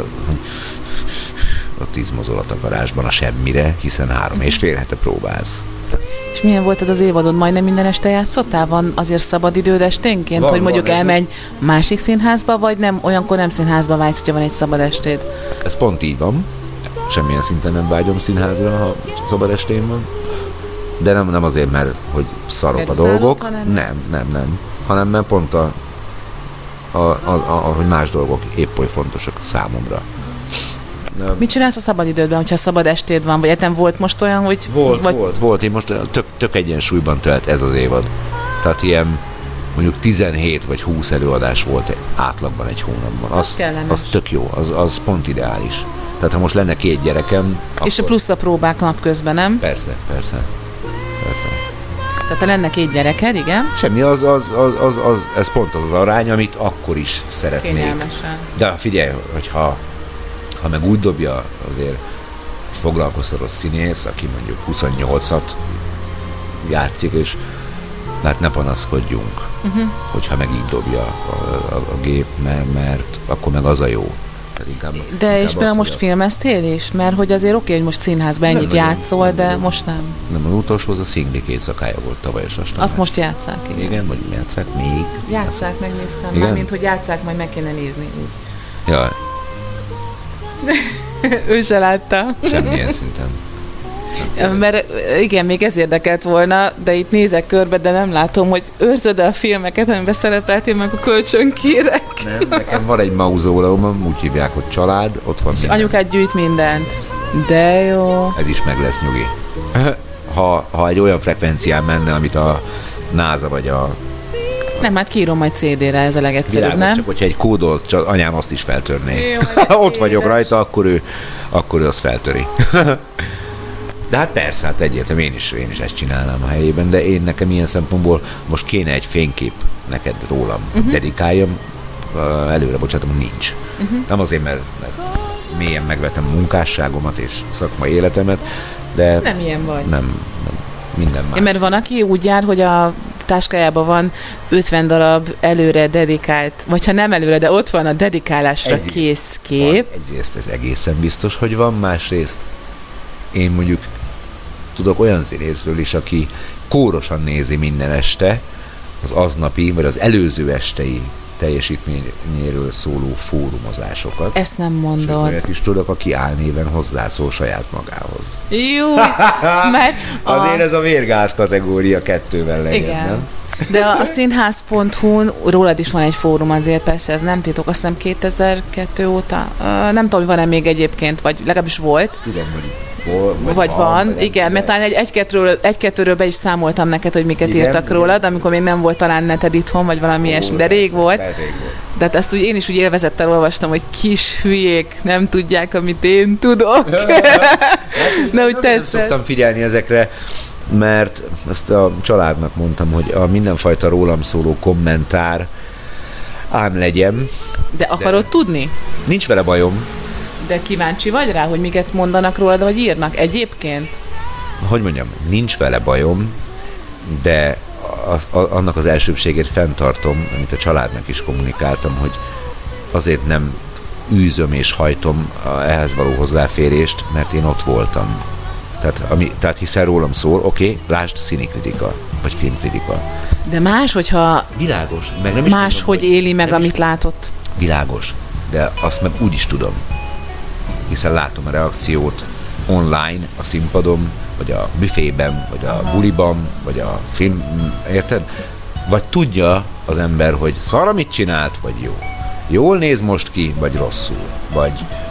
ott izmozol a takarásban a semmire, hiszen három uh-huh. és fél hete próbálsz. És milyen volt ez az évadod? Majdnem minden este játszottál? Van azért szabadidőd esténként? Van, hogy mondjuk van, elmegy másik színházba, vagy nem? Olyankor nem színházba vágysz, hogyha van egy szabad estéd? Ez pont így van. Semmilyen szinten nem vágyom színházra, ha szabad estém van. De nem, nem azért, mert hogy szarok a dolgok. Nem, nem, nem, nem. Hanem mert pont a, a, a, a, hogy más dolgok épp oly fontosak számomra. Mit csinálsz a szabadidődben, hogyha szabad estéd van? Vagy egyetem volt most olyan, hogy... Volt, vagy... volt, volt. Én most tök, tök egyensúlyban telt ez az évad. Tehát ilyen mondjuk tizenhét vagy húsz előadás volt átlagban egy hónapban. Az, az tök jó, az, az pont ideális. Tehát ha most lenne két gyerekem... És akkor... a plusz a próbák napközben, nem? Persze, persze. Persze. Tehát ha lenne két gyereked, igen? Semmi, az, az, az, az, az, ez pont az az arány, amit akkor is szeretnék. Kényelmesen. De figyelj, hogyha ha meg úgy dobja azért egy foglalkoztatott színész, aki mondjuk huszonnyolcat játszik, és hát ne panaszkodjunk, uh-huh. hogyha meg így dobja a, a, a gép, mert, mert akkor meg az a jó. Inkább, de inkább és például most az... filmeztél is? Mert hogy azért oké, hogy most színházban ennyit nem játszol, nagyon, de nagyon. Most nem. Nem, az utolsó az a Szingli éjszakája volt tavaly, és aztán azt most játsszák, igen. Igen, vagy játsszák még? Játsszák, megnéztem. Mármint, hogy játsszák, majd meg kéne nézni. Jaj. Ő se látta. Semmilyen szinten. Nem. Mert igen, még ez érdekelt volna, de itt nézek körbe, de nem látom, hogy őrzöd a filmeket, amiben szerepeltél, meg a kölcsönkérek. Nem, nekem van egy mauzóleumom, úgy hívják, hogy család, ott van minden. Anyukád gyűjt mindent. De jó. Ez is meg lesz, nyugi. Ha, ha egy olyan frekvencián menne, amit a NASA vagy a... Nem, hát kiírom majd cé dére, ez a legegyszerűbb, Világos, nem? Csak hogyha egy kódolt, csak anyám azt is feltörné. Jó, ott vagyok rajta, akkor ő, akkor ő azt feltöri. De hát persze, hát egyértelmű, én is, én is ezt csinálnám a helyében, de én nekem ilyen szempontból most kéne egy fénykép neked rólam, uh-huh. dedikáljam, előre bocsátom, nincs. Uh-huh. Nem azért, mert, mert mélyen megvetem munkásságomat és szakmai életemet, de... Nem ilyen vagy. Nem, nem minden más. Ja, mert van, aki úgy jár, hogy a táskájában van ötven darab előre dedikált, vagy ha nem előre, de ott van a dedikálásra egyrészt kész kép. Van, egyrészt ez egészen biztos, hogy van, másrészt én mondjuk tudok olyan színészről is, aki kórosan nézi minden este az aznapi, vagy az előző estei teljesítményéről szóló fórumozásokat. Ezt nem mondod. És olyat is tudok, aki álnéven hozzászól saját magához. Jó, mert... Azért a... ez a vérgáz kategória kettővel legyen, igen. Nem? De a, a színház pont hu-n rólad is van egy fórum, azért persze ez nem titok, azt hiszem kétezer-kettő óta. Uh, nem tudom, hogy van-e még egyébként, vagy legalábbis volt. Tudom, hogy Hol, vagy, vagy van, van vagy igen, mert talán egy, egy-kettőről, egy-kettőről be is számoltam neked, hogy miket igen, írtak igen. rólad, amikor még nem volt talán neted itthon, vagy valami ilyesmi, de rég volt. Rég volt. De hát ezt úgy én is úgy élvezettel olvastam, hogy kis hülyék nem tudják, amit én tudok. De úgy tetszett. Nem szoktam figyelni ezekre, mert ezt a családnak mondtam, hogy a mindenfajta rólam szóló kommentár ám legyen. De akarod de tudni? Nincs vele bajom. De kíváncsi vagy rá, hogy miket mondanak rólad, vagy írnak egyébként? Hogy mondjam, nincs vele bajom, de a, a, annak az elsőbségét fenntartom, amit a családnak is kommunikáltam, hogy azért nem űzöm és hajtom a ehhez való hozzáférést, mert én ott voltam. Tehát, ami, tehát hiszen rólam szól, oké, okay, lásd színikritika, vagy filmkritika. De más, hogyha világos, meg nem is más, tudom, hogy éli meg, amit is látott. Világos, de azt meg úgy is tudom. Hiszen látom a reakciót online, a színpadon, vagy a büfében, vagy a buliban, vagy a film, érted? Vagy tudja az ember, hogy szar, amit csinált, vagy jó. Jól néz most ki, vagy rosszul. Vagy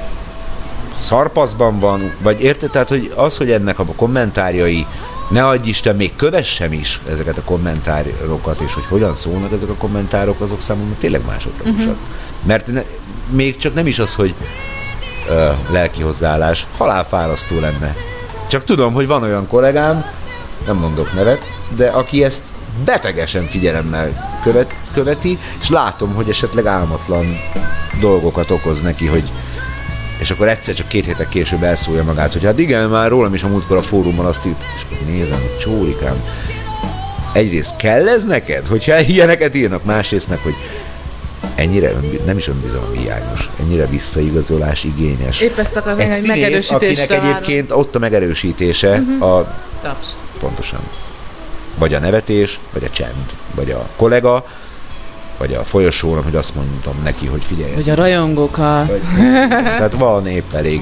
szarpaszban van, vagy érted? Tehát, hogy az, hogy ennek a kommentárjai, ne adj Isten, még kövessem is ezeket a kommentárokat, és hogy hogyan szólnak ezek a kommentárok, azok számomra tényleg másodlagosak. Uh-huh. Mert ne, még csak nem is az, hogy uh, lelki hozzáállás, halálfárasztó lenne. Csak tudom, hogy van olyan kollégám, nem mondok nevet, de aki ezt betegesen figyelemmel követ, követi, és látom, hogy esetleg álmatlan dolgokat okoz neki, hogy és akkor egyszer csak két hétek később elszólja magát, hogy hát igen, már rólam is a múltkor a fórumon azt írt, és akkor nézem, hogy csórikám, egyrészt kell ez neked, hogyha ilyeneket írnak, másrészt meg, hogy ennyire önbi, nem is önbizalom hiányos, ennyire visszaigazolás igényes. Épp ezt akarok, egy színész, megerősítésre akinek egyébként ott a megerősítése, uh-huh. a taps. Pontosan. Vagy a nevetés, vagy a csend, vagy a kollega, vagy a folyosón, hogy azt mondom neki, hogy figyelj. Vagy a rajongókkal. Vagy, tehát van épp elég.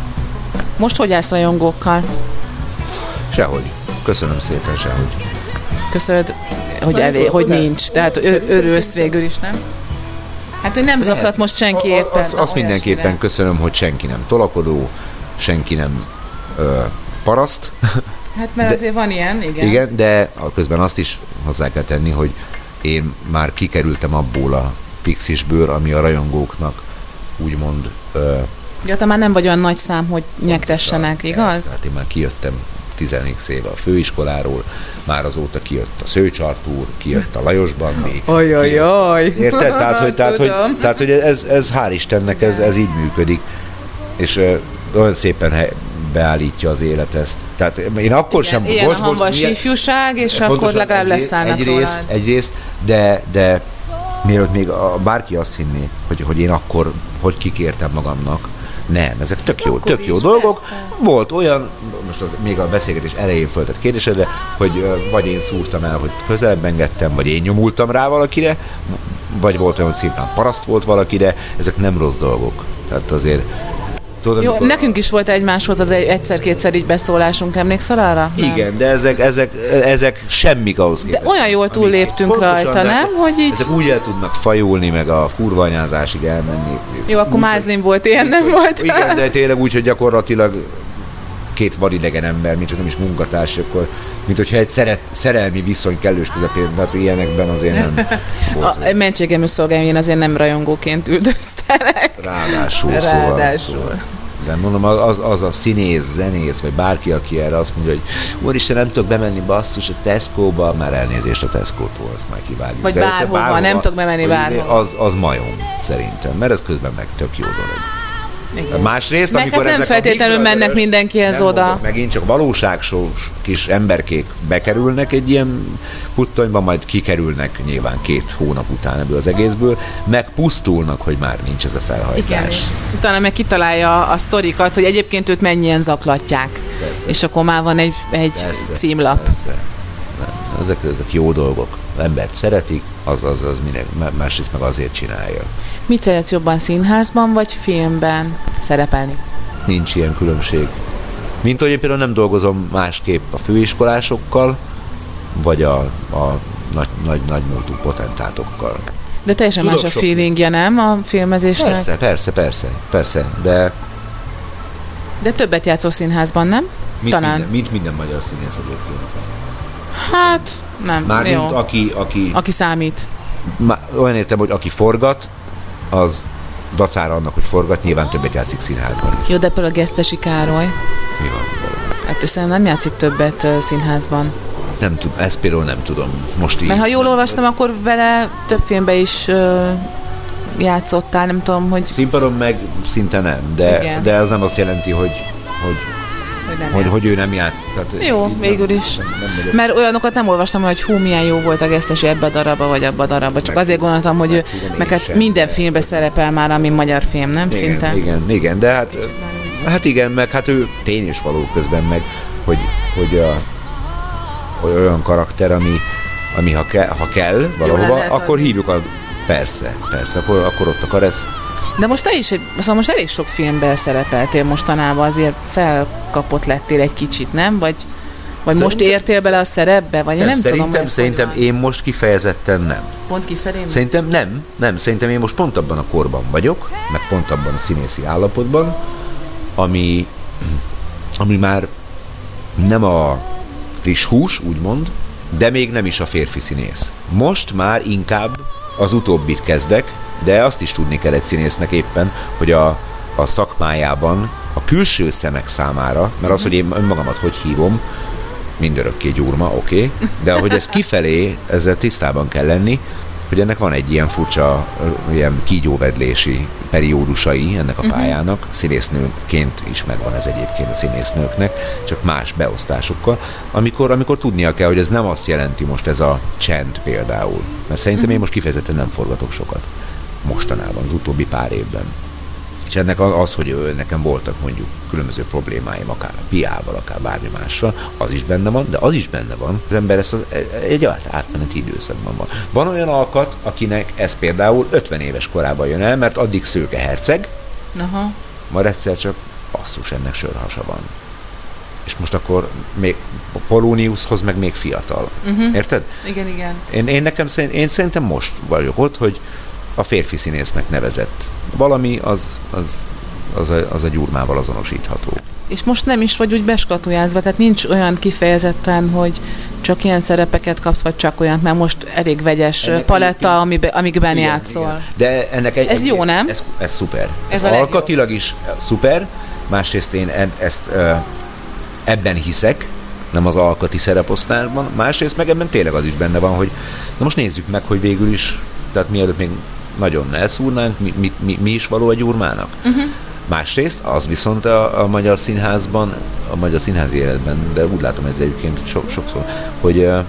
Most hogy állsz rajongókkal? Sehogy. Köszönöm szépen, sehogy. Köszönöd, hogy, elé, hogy nincs. Tehát örülsz végül is, nem? Hát, hogy nem zaklat most senki éppen. Azt az mindenképpen köszönöm, hogy senki nem tolakodó, senki nem ö, paraszt. Hát mert de, azért van ilyen, igen. Igen, de közben azt is hozzá kell tenni, hogy én már kikerültem abból a pixisből, ami a rajongóknak úgymond... Ö, ja, te már nem vagy olyan nagy szám, hogy nyektessenek, igaz? Hát én már kijöttem tizenegy éve a főiskoláról, már azóta kijött a Szőcs Artúr, kijött a Lajos Bandi. Ajajaj! Érted? Tehát, hogy, tehát, hogy, tehát, hogy ez, ez hál' Istennek ez, ez így működik. És ö, olyan szépen hely, beállítja az élet ezt. Tehát én akkor igen, sem... Ilyen bocs, a hamvas ifjúság, és akkor legalább leszállnak egyrészt, egyrészt, de, de mielőtt még a, bárki azt hinné, hogy, hogy én akkor hogy kikértem magamnak, nem, ezek tök jó, tök jó dolgok. Persze. Volt olyan, most az még a beszélgetés elején föltett kérdésedre, hogy vagy én szúrtam el, hogy közelebb engedtem, vagy én nyomultam rá valakire, vagy volt olyan, hogy szimplán paraszt volt valakire, ezek nem rossz dolgok. Tehát azért tudod, jó, nekünk is volt egymáshoz az egy, egyszer-kétszer így beszólásunk, emlékszel arra? Nem. Igen, de ezek, ezek, ezek semmik ahhoz képest. De olyan jól túlléptünk rajta, nem? Hogy így... Ezek úgy el tudnak fajulni, meg a kurvanyázásig elmenni. Jó, akkor Mázlim volt ilyen, nem volt? Igen, de tényleg úgy, hogy gyakorlatilag két vadidegen ember, mint csak nem is munkatárs, akkor mint hogyha egy szeret, szerelmi viszony kellős közepén, tehát ilyenekben azért nem volt. A mentségemű szolgáim, én azért nem rajongóként üldöztelek. Ráadásul, Ráadásul. Szóval, de mondom, az, az a színész, zenész, vagy bárki, aki erre azt mondja, hogy úristen, nem tudok bemenni basszus a Tesco-ba, már elnézést a Tesco-tól, azt már kivágjuk. Vagy bárhova, bárhova, nem tudok bemenni bárhova. Az, az majom, szerintem, mert ez közben meg tök jó dolog. Igen. Másrészt, meg amikor hát nem feltétlenül mennek mindenkihez oda. Mondok, megint csak valóságsós kis emberkék bekerülnek egy ilyen puttonyba, majd kikerülnek nyilván két hónap után ebből az egészből, meg pusztulnak, hogy már nincs ez a felhajtás. Igen, és utána meg kitalálja a sztorikat, hogy egyébként őt mennyien zaklatják. Persze. És akkor már van egy, egy persze, címlap. Persze. nem. Ezek, ezek jó dolgok. Az embert szeretik, az, az, az minden, másrészt meg azért csinálja. Mit szeretsz jobban, színházban vagy filmben szerepelni? Nincs ilyen különbség. Mint hogy én például nem dolgozom másképp a főiskolásokkal, vagy a, a nagy, nagy, nagy múltú potentátokkal. De teljesen Tudok más a sok feelingje, nem? A filmezésnek? Persze, persze, persze, persze, de... De többet játszol színházban, nem? Mit Talán. Minden, mint minden magyar színész egyébként. Hát, nem. Mármint jó. aki, aki, Aki számít. má, olyan értem, hogy aki forgat, az dacára annak, hogy forgat, nyilván többet játszik színházban is. Jó, de például a Gesztesi Károly. Mi van vele? Hát ő szerintem nem játszik többet uh, színházban. Nem tudom, ezt például nem tudom. Most így. Mert ha jól olvastam, akkor vele több filmben is uh, játszottál, nem tudom, hogy... Színpadon meg szinte nem, de, de ez nem azt jelenti, hogy, hogy, Hogy, nem hogy, játszik. hogy ő nem jár. Tehát Jó, így végül nem, is. Nem, nem vagyok. Mert olyanokat nem olvastam, hogy hú, milyen jó volt a Gesztesi ebbe a darabba, vagy abba a darabba. Csak Meg azért gondoltam, hogy ő tudom én meg hát sem, minden de- filmben szerepel már, ami magyar film, nem? Igen, Szinte. igen, igen, de hát, hát igen, meg hát ő tény és való közben meg, hogy, hogy, a, hogy olyan karakter, ami, ami ha, ke, ha kell valahova, lehet akkor adni. hívjuk a... Persze, persze, akkor, akkor ott a karesz. De most te is, egy- szóval most elég sok filmben szerepeltél mostanában, azért felkapott lettél egy kicsit, nem? Vagy, vagy most Szerintem- értél bele a szerepbe? Vagy én nem szerintem, tudom, hogy ez szerintem hogy van. én most kifejezetten nem. Pont kifelé? Szerintem nem, nem, szerintem én most pont abban a korban vagyok, meg pont abban a színészi állapotban, ami, ami már nem a friss hús, úgymond, de még nem is a férfi színész. Most már inkább az utóbbit kezdek, de azt is tudni kell egy színésznek éppen, hogy a, a szakmájában a külső szemek számára, mert az, hogy én önmagamat hogy hívom, mindörökké gyurma, oké, okay, de ahogy ez kifelé, ezzel tisztában kell lenni, hogy ennek van egy ilyen furcsa, ilyen kígyóvedlési periódusai ennek a pályának, színésznőként is megvan ez egyébként a színésznőknek, csak más beosztásokkal, amikor, amikor tudnia kell, hogy ez nem azt jelenti most ez a csend például, mert szerintem én most kifejezetten nem forgatok sokat mostanában, az utóbbi pár évben. És ennek az, hogy nekem voltak mondjuk különböző problémáim, akár a piával, akár bármi mással, az is benne van, de az is benne van, az ember ezt az, egy átmeneti időszakban van. Van olyan alkat, akinek ez például ötven éves korában jön el, mert addig szőke herceg, Aha. majd egyszer csak basszus, ennek sörhasa van. És most akkor még Polóniushoz meg még fiatal. Uh-huh. Érted? Igen, igen. Én, én, nekem, szerint- én szerintem most vagyok ott, hogy a férfi színésznek nevezett valami, az, az, az, a, az a gyurmával azonosítható. És most nem is vagy úgy beskatujázva, tehát nincs olyan kifejezetten, hogy csak ilyen szerepeket kapsz, vagy csak olyant, mert most elég vegyes Ennek paletta, amiben, amikben Igen, játszol. igen. De ennek egy, Ez jó, nem? Ez, ez szuper. Ez Ez, a legjobb. alkatilag is szuper, másrészt én e- ezt ö, ebben hiszek, nem az alkati szereposztásban, másrészt meg ebben tényleg az is benne van, hogy na most nézzük meg, hogy végül is, tehát mielőtt még nagyon elszúrnánk, mi, mi, mi, mi is való a gyurmának. Uh-huh. Másrészt az viszont a, a magyar színházban, a magyar színházi életben, de úgy látom ez egyébként so, sokszor, hogy ö,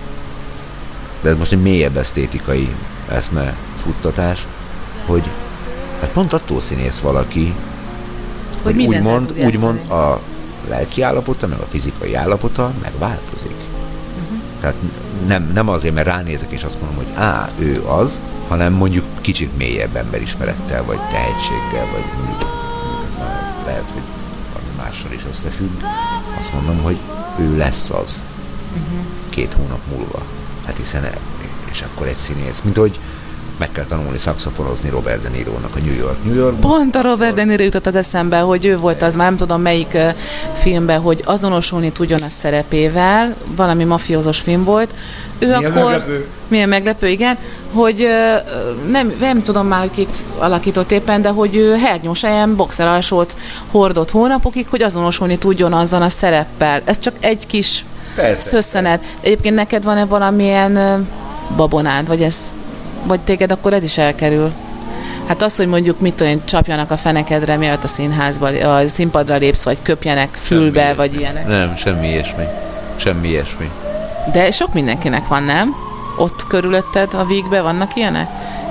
de ez most egy mélyebb esztétikai eszme futtatás, hogy hát pont attól színész valaki, Hogy hogy mindent el úgymond, tud játszani. úgymond a lelki állapota, meg a fizikai állapota megváltozik. Uh-huh. Tehát nem, nem azért, mert ránézek és azt mondom, hogy á, ő az, hanem mondjuk kicsit mélyebb emberismerettel, vagy tehetséggel, vagy mondjuk ez már lehet, hogy valami mással is összefügg. Azt mondom, hogy ő lesz az uh-huh. két hónap múlva. Hát hiszen el, és akkor egy színész, mint hogy meg kell tanulni szaxofonozni Robert De Nirónak a New York, New York. Pont a Robert De Niro jutott az eszembe, hogy ő volt az, már nem tudom melyik uh, filmben, hogy azonosulni tudjon a szerepével, valami mafiózos film volt. Ő Milyen akkor, meglepő. Milyen meglepő, igen, hogy uh, nem, nem tudom már, hogy kit alakított éppen, de hogy ő hernyós helyen boxeralsót hordott hónapokig, hogy azonosulni tudjon azzal a szereppel. Ez csak egy kis Persze, szösszenet. Egyébként neked van-e valamilyen uh, babonád, vagy ez vagy téged akkor ez is elkerül? Hát az, hogy mondjuk mit tudom én, csapjanak a fenekedre, mielőtt a színházba, a színpadra lépsz, vagy köpjenek fülbe, Semmi. vagy ilyenek. Nem, semmi ilyesmi. Semmi ilyesmi. De sok mindenkinek van, nem? Ott körülötted a vígbe vannak ilyenek?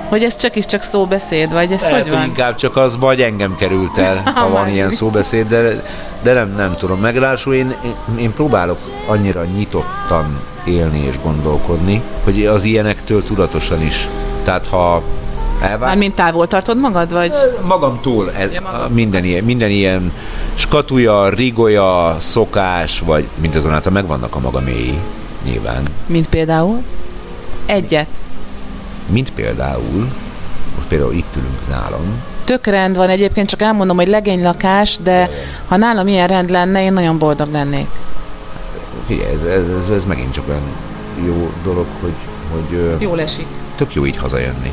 Hogy ez csak is csak szóbeszéd, vagy ez Lehet, hogy van? inkább csak az, vagy engem került el, ha van ilyen szóbeszéd, de, de nem, nem tudom. Meglásul, én, én, én próbálok annyira nyitottan élni és gondolkodni, hogy az ilyenektől tudatosan is. Tehát ha elvár... Mármint távol tartod magad, vagy? Magamtól ez, Ja, magam. minden, ilyen, minden ilyen skatuja, rigolya, szokás, vagy mindazonáltal megvannak a maga mélyi, nyilván. Mint például? Egyet. Mint például, most például itt ülünk nálam. Tök rend van egyébként, csak elmondom, hogy legénylakás, de ha nálam ilyen rend lenne, én nagyon boldog lennék. Figyelj, ez, ez, ez, ez megint csak olyan jó dolog, hogy, hogy Jól esik. tök jó így hazajönni.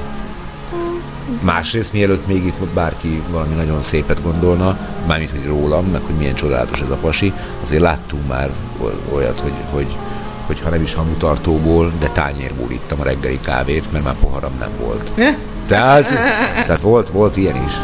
Másrészt, mielőtt még itt bárki valami nagyon szépet gondolna, mármint, hogy rólam, meg hogy milyen csodálatos ez a pasi, azért láttunk már olyat, hogy, hogy, hogy ha nem is hamutartóból, de tányérból ittam a reggeli kávét, mert már poharam nem volt. Tehát, tehát volt, volt ilyen is.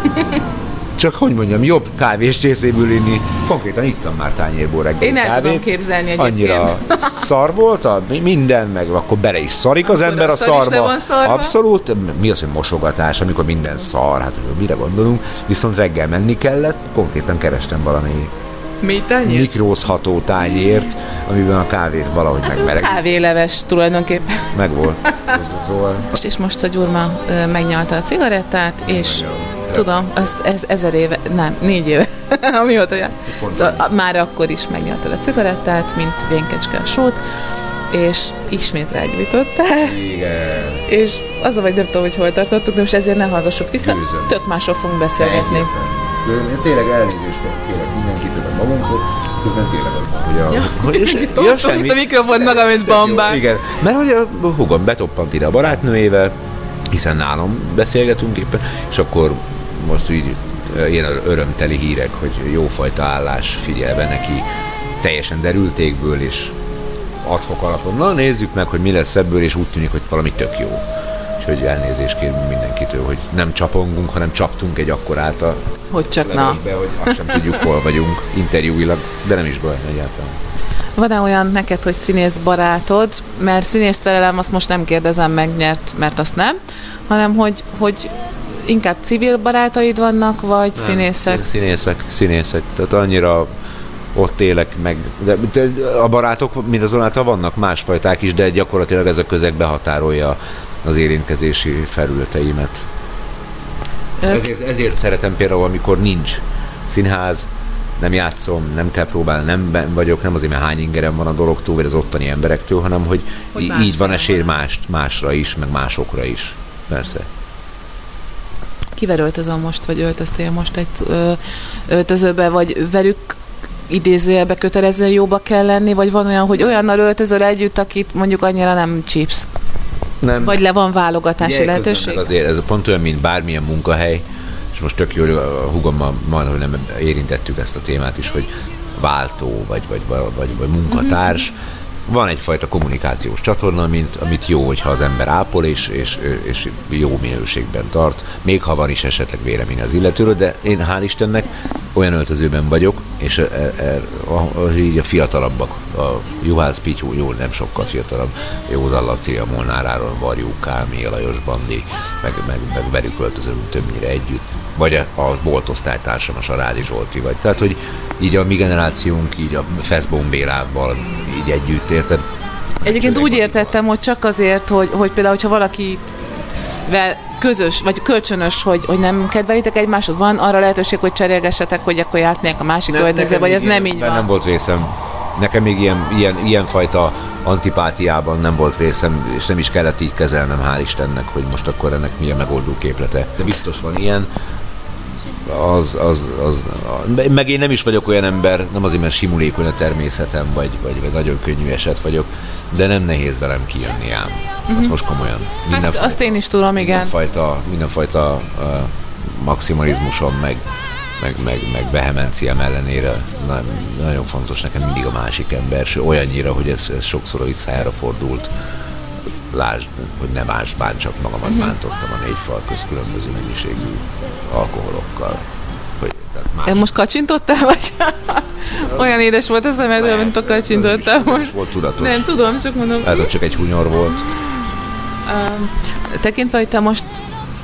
Csak hogy mondjam, jobb kávés csészéből inni. Konkrétan ittam már tányérból reggeli Én el kávét. tudom képzelni egyébként. Annyira szar volt, a, minden, meg akkor bele is szarik az Akkor ember a a szar is le szarba. van szarva. Abszolút. Mi az, hogy mosogatás, amikor minden szar, hát mire gondolunk. Viszont reggel menni kellett, konkrétan kerestem valami Mi tányér? mikrózható tányért, amiben a kávét valahogy Hát megmelegít. kávéleves tulajdonképpen. Megvolt. Szóval... Most és most a Gyurma ö, megnyalta a cigarettát, és tudom, azt ez ezer éve, nem, négy éve, amióta jár. Szóval a- már akkor is megnyaltad a cigarettát, mint vénkecske a sót, és ismét rágyújtottál, Igen. és az a vagy nem tudom, hogy hol tartottuk, de most ezért ne hallgassuk vissza, Győzöm. tök másról fogunk beszélgetni. Én tényleg elnézést kérek mindenkitől a magunktól, közben tényleg az, hogy a... Ja, hogy és, Toltam itt a mikrofont maga, mint bambán. Igen, mert hogy a húgom betoppant ide a barátnőjével, hiszen nálam beszélgetünk éppen, és akkor most így ilyen örömteli hírek, hogy jófajta állás figyelve neki teljesen derültékből és ad-hoc alapon. Na, nézzük meg, hogy mi lesz ebből, és úgy tűnik, hogy valami tök jó. Úgyhogy elnézést kérünk mindenkitől, hogy nem csapongunk, hanem csaptunk egy akkorát a Hogy csak na. levesbe, hogy azt sem tudjuk, hol vagyunk interjúilag, de nem is baj egyáltalán. Van-e olyan neked, hogy színész barátod, mert színész szerelem, azt most nem kérdezem meg, mert, mert azt nem, hanem hogy, hogy inkább civil barátaid vannak, vagy Nem, színészek? Színészek, színészek. Tehát annyira ott élek meg. De, de a barátok mindazonáltal vannak másfajták is, de gyakorlatilag ez a közeg behatárolja az érintkezési felületeimet. Ők? Ezért, ezért szeretem például, amikor nincs színház, nem játszom, nem kell próbálni, nem ben vagyok, nem azért, mert hány ingerem van a dologtól, vagy az ottani emberektől, hanem hogy, Hogy í- így van esély más, másra is, meg másokra is. Persze. Kivel öltözöl most, vagy öltöztél most egy ö, öltözőbe, vagy velük idézőjelbe kötelezően jóba kell lenni, vagy van olyan, hogy olyannal öltözöl együtt, akit mondjuk annyira nem csípsz? Nem. Vagy le van válogatási Ugye, lehetőség? közben meg azért ez pont olyan, mint bármilyen munkahely, és most tök jó, a húgommal majdnem nem érintettük ezt a témát is, hogy váltó, vagy, vagy, vagy, vagy munkatárs. Van egyfajta kommunikációs csatorna, mint, amit jó, hogyha az ember ápol, és, és, és jó minőségben tart, még ha van is esetleg vélemény az illetőről, de én hál' Istennek olyan öltözőben vagyok, és er, er, a, a, így a fiatalabbak, a Juhász Pityu, jó, nem sokkal fiatalabb, Józan Laci, a Molnár Áron, Varjú Kálmé, Lajos Bandi, meg, meg, meg velük öltözünk többnyire együtt, vagy a, a boltosztálytársam, a Sarádi Zsolti, vagy tehát, hogy így a mi generációnk, így a Feszbón Bélával így együtt, érted? Egyébként úgy értettem, hogy csak azért, hogy, hogy például, hogyha valakivel közös, vagy kölcsönös, hogy, hogy nem kedvelitek egymást, van arra lehetőség, hogy cserélgessetek, hogy akkor játsznék a másik öltözőbe, vagy ez nem így van? Nem volt részem. Nekem még ilyen, ilyen, ilyen fajta antipátiában nem volt részem, és nem is kellett így kezelnem, hál' Istennek, hogy most akkor ennek milyen megoldó képlete. De biztos van ilyen. Az, az, az, meg én nem is vagyok olyan ember, nem azért, mert simulékony a természetem, vagy, vagy, vagy nagyon könnyű eset vagyok, de nem nehéz velem kijönni ám. Uh-huh. Azt most komolyan. Hát azt én is tudom, igen. Mindenfajta, mindenfajta uh, maximalizmusom, meg, meg, meg, meg vehemenciám ellenére na, nagyon fontos nekem mindig a másik ember, és olyannyira, hogy ez, ez sokszor a visszájára fordult. Lásd, hogy ne más, bántsak magamat, uh-huh. bántottam a négy fal közt különböző mennyiségű alkoholokkal. Hogy, más... Most kacsintottál, vagy? Olyan édes volt a szemedről, mint a kacsintottál most. Volt tudatos. Nem tudom, csak mondom. Hát ott csak egy hunyor volt. Uh, tekintve, hogy te most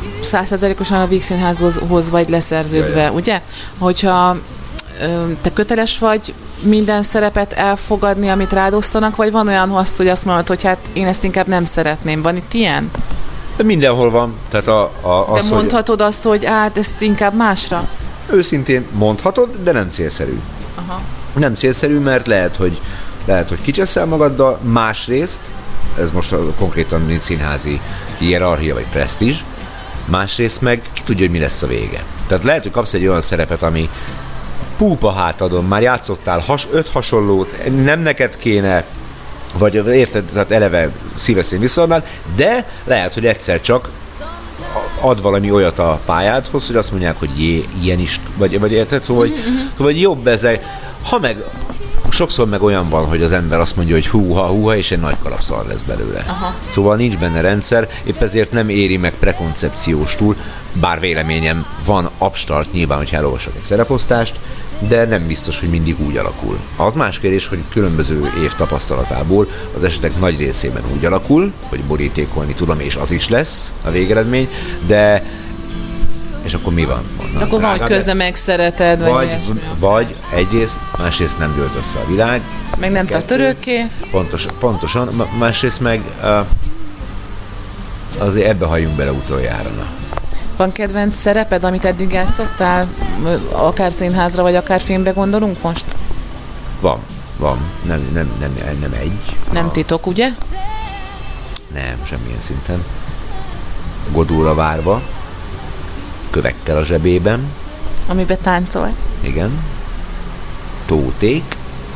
száz százalékosan a Víg Színházhoz vagy leszerződve, Jaj. ugye? Hogyha ö, te köteles vagy minden szerepet elfogadni, amit rád osztanak, vagy van olyan hosszú, hogy azt mondod, hogy hát én ezt inkább nem szeretném. Van itt ilyen? De mindenhol van. Tehát a, a, az, de mondhatod azt, hogy hát ezt inkább másra? Őszintén mondhatod, de nem célszerű. Aha. Nem célszerű, mert lehet, hogy, lehet, hogy kicseszel magaddal, másrészt, ez most a, konkrétan mint színházi hierarchia vagy presztízs, másrészt meg ki tudja, hogy mi lesz a vége. Tehát lehet, hogy kapsz egy olyan szerepet, ami púpa hátadon, már játszottál has, öt hasonlót, nem neked kéne, vagy érted, tehát eleve szíveszén visszaadnál, de lehet, hogy egyszer csak ad valami olyat a pályádhoz, hogy azt mondják, hogy jé, ilyen is, vagy, vagy érted, szóval, hogy, szóval jobb ezek. Ha meg, sokszor meg olyan van, hogy az ember azt mondja, hogy húha, húha, és egy nagy kalapszar lesz belőle. Aha. Szóval nincs benne rendszer, épp ezért nem éri meg prekoncepcióstul, bár véleményem van abstart nyilván, hogy elolvasok egy szereposztást, de nem biztos, hogy mindig úgy alakul. Az más kérdés, hogy különböző év tapasztalatából az esetek nagy részében úgy alakul, hogy borítékolni tudom, és az is lesz a végeredmény, de és akkor mi van? Na, akkor van, hogy közben megszereted, vagy, vagy, vagy egyrészt, másrészt nem dőlt össze a világ. Meg nem tart örökké. Pontosan, pontosan, másrészt meg uh, azért ebbe halljunk bele utoljára. Na. Van kedvenc szereped, amit eddig játszottál? Akár színházra, vagy akár filmre gondolunk most? Van, van. Nem, nem, nem, nem egy. Nem a... titok, ugye? Nem, semmilyen szinten. Godóra várva, kövekkel a zsebében. Amiben táncolsz. Igen. Tóték.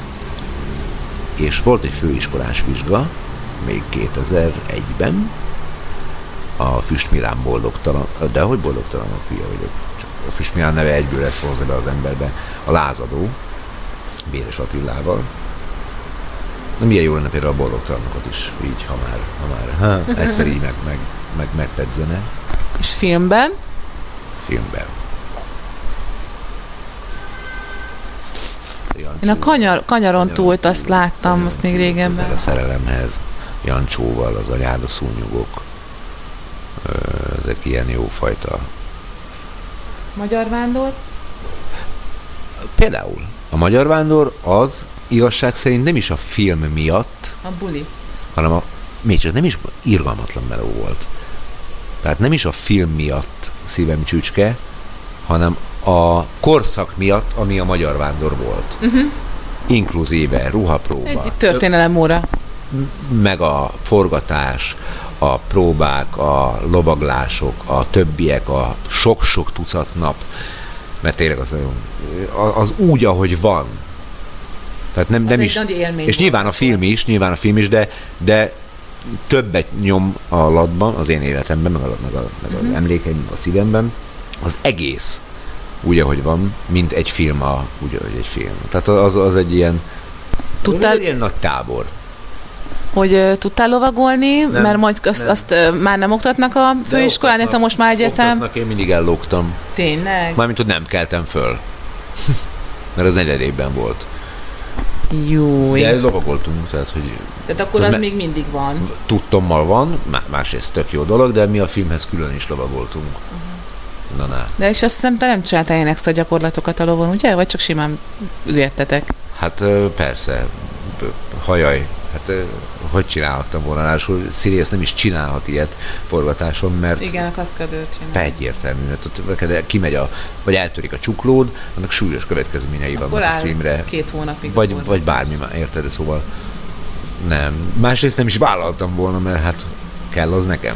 És volt egy főiskolás vizsga, még kétezer-egyben. A Füst Milán boldogtalan, de hogy boldogtalanok, hülye vagyok. Csak a Füst Milán neve egyből lesz hozzá be az emberbe. A lázadó, Béres Attilával. Na milyen jó lenne például a boldogtalanokat is, így, ha már, ha már ha, egyszer így meg, meg, meg, megpedzene. És filmben? Filmben. Én a kanyar, kanyaron túlt azt láttam, azt még régebben. A szerelemhez, Jancsóval, az Anyád a szúnyogok. Ezek ilyen jófajta. Magyar vándor? Például a Magyar vándor az igazság szerint nem is a film miatt, a buli, hanem a, még csak nem is irgalmatlan meló volt. Tehát nem is a film miatt szívem csücske, hanem a korszak miatt, ami a Magyar vándor volt. Uh-huh. Inkluzíve ruhapróba. Egy történelemóra. Meg a forgatás, a próbák, a lovaglások, a többiek, a sok-sok tucat nap, mert tényleg az, az úgy, ahogy van. Tehát nem, nem is, és nyilván a film is, nyilván a film is, de, de többet nyom a latban, az én életemben, meg, a, meg, a, meg az uh-huh. emlékeim, a szívemben, az egész úgy, ahogy van, mint egy film, a, úgy, ahogy egy film. Tehát az, az egy ilyen, Tudtál... egy ilyen nagy tábor. Hogy uh, tudtál lovagolni, nem, mert majd azt, nem. azt uh, már nem oktatnak a főiskolán, ez most már egyetem. Oktatnak, én mindig ellógtam. Tényleg? Mármint, hogy nem keltem föl. Mert az negyed évben volt. Jó. De lovagoltunk, tehát, hogy... Tehát akkor az me- még mindig van. Tudtommal van, másrészt tök jó dolog, de mi a filmhez külön is lovagoltunk. Uh-huh. Na, na. De és azt hiszem, te nem csináltál ilyen extra gyakorlatokat a lovon, ugye? Vagy csak simán üljettetek? Hát persze. Hajaj. Hát hogy csinálhattam volna? Ráadásul Színész nem is csinálhat ilyet forgatáson, mert... Igen, a kaszkadőr csinál. Egyértelmű, mert ott kimegy a... vagy eltörik a csuklód, annak súlyos következményei akkor vannak a filmre. Két hónapig. Vagy, vagy bármi, érted? Szóval nem. Másrészt nem is vállaltam volna, mert hát kell az nekem.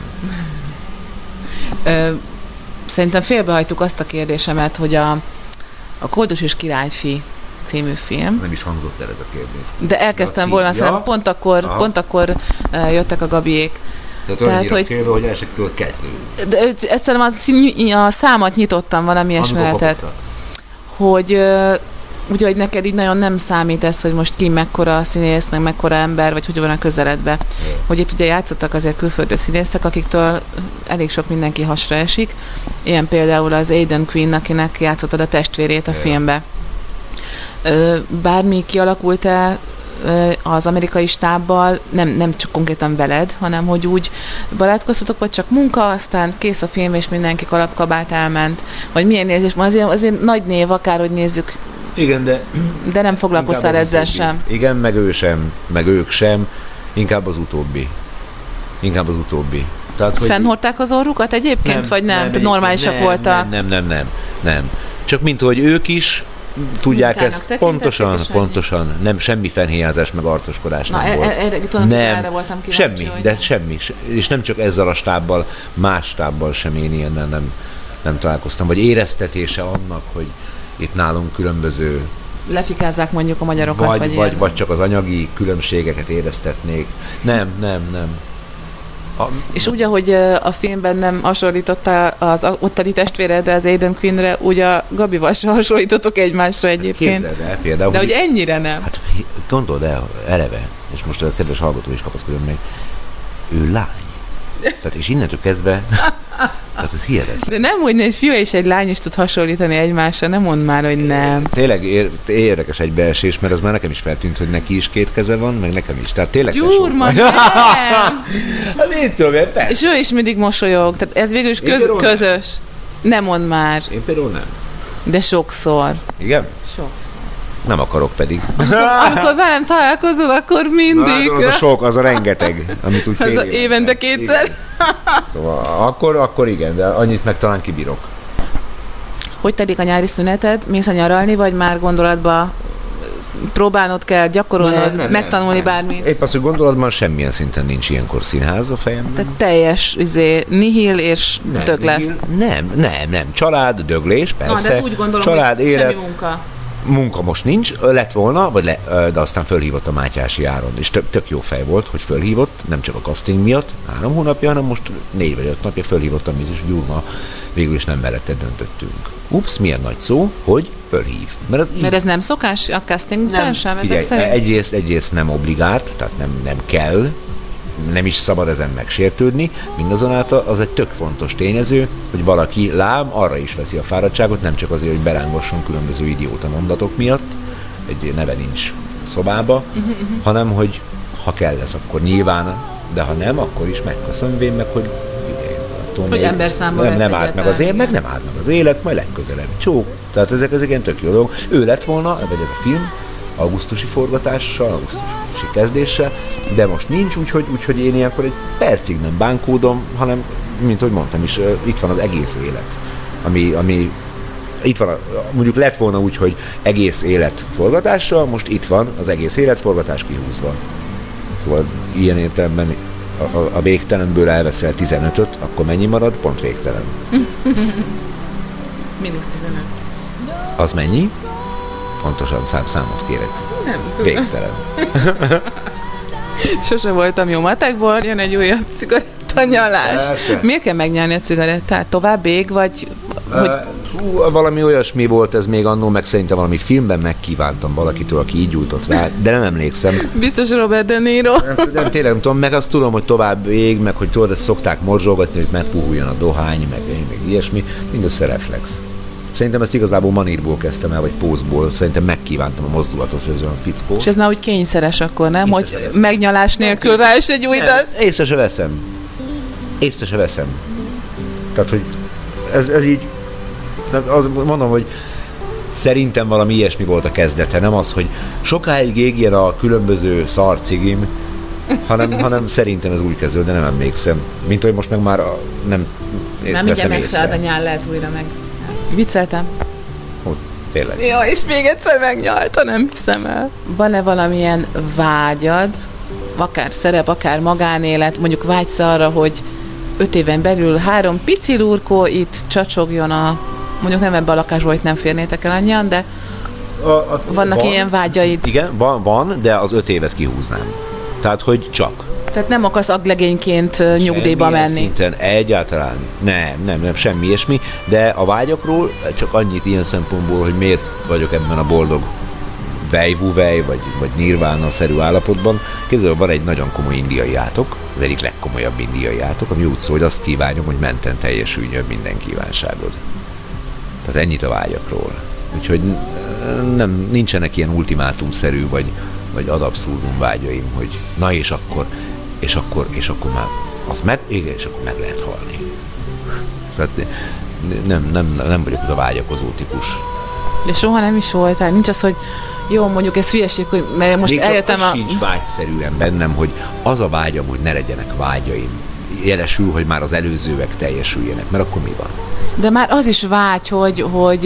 Ö, szerintem félbehajtuk azt a kérdésemet, hogy a, a Koldus és Királyfi című film. Nem is hangzott el ez a kérdés. De elkezdtem volna, ja. pont akkor, pont akkor uh, jöttek a Gabiék. Tehát, Tehát hogy félve, hogy elsőktől kezdő. De egyszerűen a, a számat nyitottam valami ilyesmiletet. Hogy uh, ugye, hogy neked így nagyon nem számít ez, hogy most ki mekkora színész, meg mekkora ember, vagy hogy van a közeledbe. Yeah. Hogy itt ugye játszottak azért külföldre színészek, akiktől elég sok mindenki hasra esik. Ilyen például az Aidan Quinn, akinek játszottad a testvérét a yeah. filmbe. Bármi kialakult-e az amerikai stábbal, nem, nem csak konkrétan veled, hanem hogy úgy barátkoztatok, vagy csak munka, aztán kész a film, és mindenki kalapkabát elment. Vagy milyen érzés? Azért, azért nagy név, akárhogy nézzük. Igen, de... De nem foglalkoztál ezzel utóbbi. sem. Igen, meg ő sem, meg ők sem. Inkább az utóbbi. Inkább az utóbbi. Tehát, hogy fennhordták az orrukat egyébként, nem, vagy nem? nem normálisak nem, voltak? Nem, nem, nem, nem, nem. Csak mint hogy ők is tudják Munkának ezt pontosan, pontosan, nem, semmi fennhéjázás, meg arcoskodás Na, nem e- volt. Erre, tudom, nem, erre voltam kíváncsi, semmi, de nem. semmi. És nem csak ezzel a stábbal, más stábbal sem én ilyennel nem, nem találkoztam. Vagy éreztetése annak, hogy itt nálunk különböző lefikázzák mondjuk a magyarokat, vagy, vagy, vagy, vagy csak az anyagi különbségeket éreztetnék. Nem, nem, nem. A, és úgy, ahogy a filmben nem hasonlítottál az ottani testvéredre, az Aidan Quinnre, úgy a Gabival se hasonlítottok egymásra egyébként. Képzeld el például. De hogy ennyire nem. Hát gondold el, eleve, és most a kedves hallgató is kapaszkodjon meg, ő lány. Tehát és innentől kezdve, tehát ez hihetetlen. De nem úgy, egy fiú és egy lány is tud hasonlítani egymásra, nem mondd már, hogy nem. Tényleg ér, érdekes egy beesés, mert az már nekem is feltűnt, hogy neki is két keze van, meg nekem is. Tehát tényleg Gyurma, nem! Hát mit tudom én, persze. És ő is mindig mosolyog, tehát ez végül is köz, közös. Nem mondd már. Én például nem. De sokszor. Igen? Sokszor. Nem akarok pedig. Amikor, amikor velem találkozol, akkor mindig. Na, az a sok, az a rengeteg, amit úgy az a évente kétszer. Igen. Szóval akkor, akkor igen, de annyit meg talán kibírok. Hogy telik a nyári szüneted? Mész a nyaralni, vagy már gondolatba próbálnod kell, gyakorolnod, nem, nem, megtanulni nem, nem. bármit? Épp az, hogy gondolatban semmilyen szinten nincs ilyenkor színház a fejemben. Tehát teljes izé, nihil és nem, dög lesz. Nem, nem, nem. Család, döglés, persze. Na, de úgy gondolom, család, hogy élet, semmi munka. Munka most nincs, lett volna, vagy le, de aztán fölhívott a Mátyási Áron, és tök, tök jó fej volt, hogy fölhívott, nem csak a casting miatt, három hónapja, hanem most négy vagy öt napja fölhívott, amit is Gyurma végül is nem mellette döntöttünk. Ups, milyen nagy szó, hogy fölhív. Mert, az Mert ez nem szokás a casting után sem, ezek szerint? Egyrészt, egyrészt nem obligált, tehát nem, nem kell, nem is szabad ezen megsértődni, mindazonáltal az egy tök fontos tényező, hogy valaki lám arra is veszi a fáradtságot, nem csak azért, hogy berángosson különböző idióta mondatok miatt, egy neve nincs szobába, uh-huh, uh-huh. hanem hogy ha kell lesz, akkor nyilván, de ha nem, akkor is megköszönvén meg, hogy Hogy még, emberszámba nem, nem állt meg az élet, meg nem állt meg az élet, majd legközelebb csók. Tehát ezek, ezek ilyen tök jó dolgok. Ő lett volna, vagy ez a film, augusztusi forgatással, augusztusi kezdéssel, de most nincs, úgyhogy, úgyhogy én ilyenkor egy percig nem bánkódom, hanem, mint ahogy mondtam is, itt van az egész élet, ami, ami itt van, mondjuk lett volna úgy, hogy egész élet forgatással, most itt van az egész élet forgatás kihúzva. Szóval ilyen értelemben a, a, a végtelenből elveszel tizenötöt, akkor mennyi marad? Pont végtelen. Mínusz tizenöt. Az mennyi? Pontosan szám, számot kérek. Nem tudom. Végtelen. Sose voltam jó matekból, jön egy újabb cigarettanyalás. Miért kell megnyalni a cigarettát? Tovább ég, vagy... Uh, hogy... Hú, valami olyasmi volt ez még annó, meg szerintem valami filmben megkívántam valakitől, aki így gyújtott rá, de nem emlékszem. Biztos Robert De Niro. Nem, nem, tényleg nem tudom, meg azt tudom, hogy tovább ég, meg hogy tudod, ezt szokták morzsolgatni, hogy megpuhuljon a dohány, meg, meg ilyesmi, mindössze reflex. Szerintem ezt igazából manírból kezdtem el, vagy pózból. Szerintem megkívántam a mozdulatot, hogy ez olyan fickó. És ez már úgy kényszeres akkor, nem? Észre hogy megnyalás nélkül rá is egy új dasz? Észre se veszem. Észre se veszem. Tehát, hogy ez, ez így... Az, mondom, hogy szerintem valami ilyesmi volt a kezdete. Nem az, hogy sokáig égjen a különböző szarcigim, hanem, hanem szerintem ez úgy kezdődött, de nem emlékszem. Mint hogy most meg már a, nem Nem mindjárt megszállt a nyál, lehet újra meg. Vicceltem. Ó, tényleg. Jó, és még egyszer megnyalta, nem hiszem el. Van-e valamilyen vágyad, akár szerep, akár magánélet, mondjuk vágysz arra, hogy öt éven belül három pici lurkó itt csacsogjon a, mondjuk nem ebben a lakásban, hogy nem férnétek el annyian, de a, a, vannak van, ilyen vágyaid. Igen, van, van, de az öt évet kihúznám. Tehát, hogy csak. Tehát nem akarsz aglegényként nyugdíjba menni? Szinten egyáltalán nem, nem, nem, semmi ilyesmi, de a vágyakról csak annyit ilyen szempontból, hogy miért vagyok ebben a boldog vejvuvej, vagy, vagy nirvána-szerű állapotban. Képzelően van egy nagyon komoly indiai átok, az egyik legkomolyabb indiai átok, ami úgy szól, hogy azt kívánjam, hogy menten teljesüljön minden kívánságod. Tehát ennyit a vágyakról. Úgyhogy nem, nincsenek ilyen ultimátumszerű, vagy, vagy ad abszurdum vágyaim, hogy na és akkor, és akkor, és akkor már az meg, igen, és akkor meg lehet halni. Tehát nem, nem, nem vagyok az a vágyakozó típus. De soha nem is voltál. Nincs az, hogy jó, mondjuk ez hülyeség, hogy mert most még eljöttem a... sincs vágyszerűen bennem, hogy az a vágyam, hogy ne legyenek vágyaim. Jelesül, hogy már az előzőek teljesüljenek, mert akkor mi van? De már az is vágy, hogy, hogy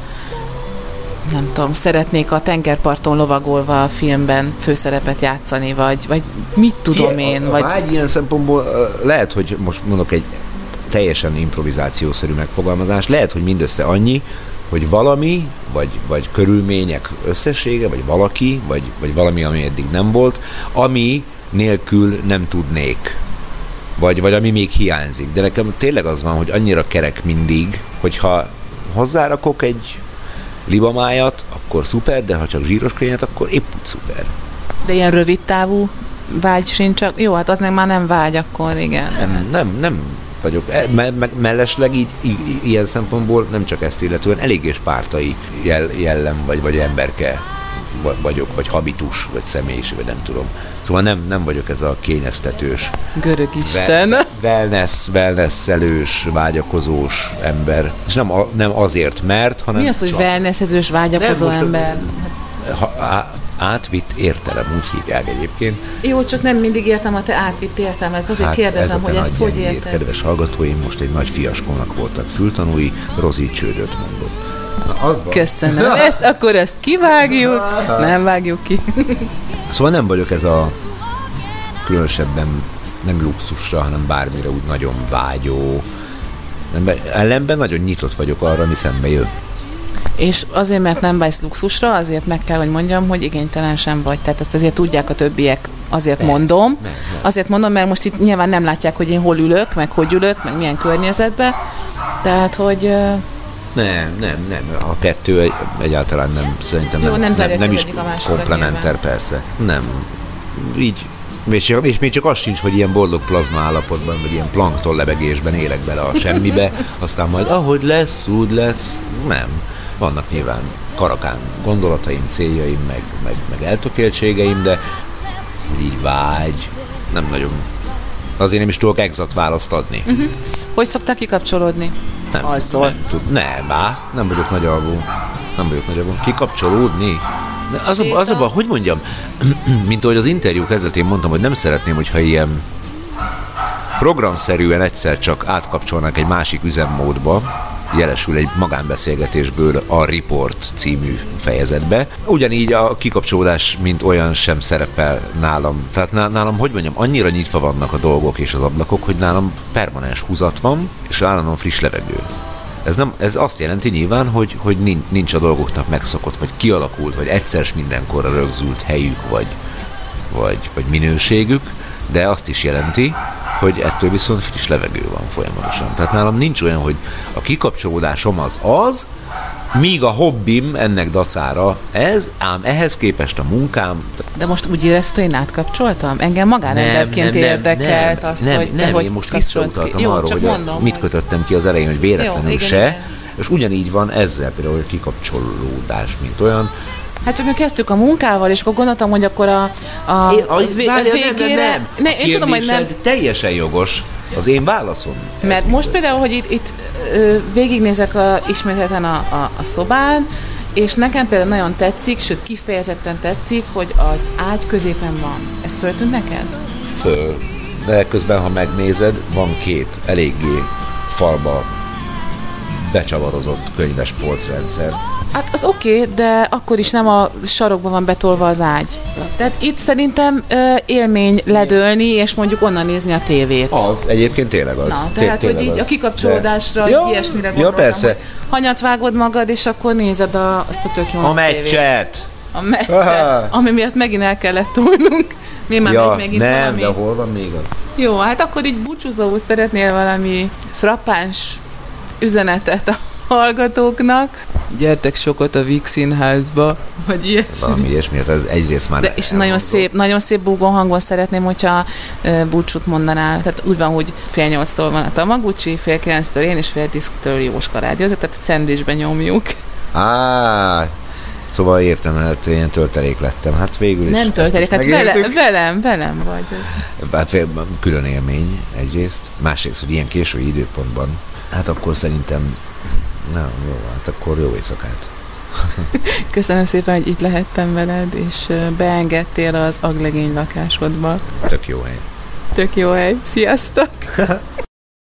nem tudom, szeretnék a tengerparton lovagolva a filmben főszerepet játszani, vagy, vagy mit tudom ilyen, én. A, a vagy... vágy ilyen szempontból lehet, hogy most mondok egy teljesen improvizációszerű megfogalmazás, lehet, hogy mindössze annyi, hogy valami, vagy, vagy körülmények összessége, vagy valaki, vagy, vagy valami, ami eddig nem volt, ami nélkül nem tudnék. Vagy, vagy ami még hiányzik. De nekem tényleg az van, hogy annyira kerek mindig, hogyha hozzárakok egy libamájat, akkor szuper, de ha csak zsíros krényet, akkor épp úgy szuper. De ilyen rövid távú vágy sincs csak. Jó, hát az meg már nem vágy, akkor igen. Nem, nem, nem vagyok. Me- me- mellesleg így, így, ilyen szempontból nem csak ezt illetően eléggé spártai jell- jellem, vagy, vagy emberke vagyok, vagy habitus, vagy személyiség, vagy nem tudom. Szóval nem, nem vagyok ez a kényeztetős, görög isten. wellness, wellness-szelős, vágyakozós ember. És nem, a, nem azért, mert, hanem mi az, hogy wellnessezős, vágyakozó nem, ember? Ha, á, átvitt értelem, úgy hívják egyébként. Jó, csak nem mindig értem a te átvitt értelmet. Azért hát kérdezem, hogy ezt hogy érted? Kedves hallgatóim, most egy nagy fiaskónak voltak fültanúi, Rozi csődöt mondott. Na, az van. Köszönöm. Ezt, akkor ezt kivágjuk. Nem vágjuk ki. Szóval nem vagyok ez a különösebben nem luxusra, hanem bármire úgy nagyon vágyó. Nem, ellenben nagyon nyitott vagyok arra, ami szembe jön. És azért, mert nem vágysz luxusra, azért meg kell, hogy mondjam, hogy igénytelen sem vagy. Tehát ezt azért tudják a többiek. Azért nem, mondom. Nem, nem. Azért mondom, mert most itt nyilván nem látják, hogy én hol ülök, meg hogy ülök, meg milyen környezetben. Tehát, hogy... Nem, nem, nem. A kettő egy, egyáltalán nem, szerintem jó, nem, nem, nem, nem is komplementer, persze. Nem. Így, és, és még csak az sincs, hogy ilyen boldog plazma állapotban, vagy ilyen plankton lebegésben élek bele a semmibe, aztán majd ahogy lesz, úgy lesz. Nem. Vannak nyilván karakán gondolataim, céljaim, meg, meg, meg eltökéltségeim, de hogy így vágy, nem nagyon. Azért nem is tudok exakt választ adni. Uh-huh. Hogy szokták kikapcsolódni? Nem, Alszol. nem, tud, nem, á, nem vagyok nagy alvó. Nem vagyok nagy alvó. Kikapcsolódni? De az, a, az a, hogy mondjam, mint ahogy az interjú kezdetén mondtam, hogy nem szeretném, hogyha ilyen programszerűen egyszer csak átkapcsolnak egy másik üzemmódba, jelesül egy magánbeszélgetésből a Report című fejezetbe. Ugyanígy a kikapcsolódás, mint olyan sem szerepel nálam. Tehát nálam, hogy mondjam, annyira nyitva vannak a dolgok és az ablakok, hogy nálam permanens húzat van, és állandóan friss levegő. Ez, nem, ez azt jelenti nyilván, hogy, hogy nincs a dolgoknak megszokott, vagy kialakult, vagy egyszer mindenkorra rögzült helyük, vagy, vagy, vagy minőségük, de azt is jelenti, hogy ettől viszont friss levegő van folyamatosan. Tehát nálam nincs olyan, hogy a kikapcsolódásom az az, míg a hobbim ennek dacára ez, ám ehhez képest a munkám... De most úgy érezted, hogy én átkapcsoltam? Engem magánemberként nem, nem, érdekelt nem, az, nem, hogy nem, te hogy én most visszautaltam jó, arról, hogy mondom, a, mit hogy... kötöttem ki az elején, hogy véletlenül jó, igen, se, igen. És ugyanígy van ezzel például, hogy kikapcsolódás, mint olyan. Hát csak mi kezdtük a munkával, és akkor gondoltam, hogy akkor a, a, én, a, vé, várja, a végére... Nem, nem, nem. Ne, én tudom, hogy nem... teljesen jogos. Az én válaszom. Mert most lesz. Például, hogy itt, itt ö, végignézek a, ismételten a, a, a szobán, és nekem például nagyon tetszik, sőt kifejezetten tetszik, hogy az ágy középen van. Ez föltűnt neked? Föl. De közben, ha megnézed, van két eléggé falba becsavarozott könyves polcrendszer. Hát az oké, okay, de akkor is nem a sarokban van betolva az ágy. Tehát itt szerintem ö, élmény ledőlni, és mondjuk onnan nézni a tévét. Az, egyébként tényleg az. Na, tehát, Té- hogy így az. a kikapcsolódásra, de... ja, ilyesmire ja, gondoltam, persze. hogy hanyat vágod magad, és akkor nézed a, azt a tök jó a meccset. A meccset, ami miatt megint el kellett túlnunk. Mi már ja, megy megint nem, valami? de hol van még az? Jó, hát akkor így búcsúzóul szeretnél valami frappáns üzenetet a hallgatóknak. Gyertek sokat a Víg Színházba, vagy ilyesmi. Valami ilyesmi, ez egyrészt már... De és nagyon szép, nagyon szép búgó hangon szeretném, hogyha e, búcsút mondanál. Tehát úgy van, hogy fél nyolctól van a Tamaguchi, fél kilenctől én, és fél tíztől Jóska rádiózat, tehát szendvicsben nyomjuk. Á, Szóval értem, hát ilyen töltelék lettem. Hát végül is. Nem töltelék, hát vele, velem, velem vagy. Ez. Hát külön élmény egyrészt. Másrészt, hogy ilyen késői időpontban. Hát akkor szerintem, na jó, hát akkor jó éjszakát. Köszönöm szépen, hogy itt lehettem veled, és beengedtél az aglegény lakásodba. Tök jó hely. Tök jó hely. Sziasztok!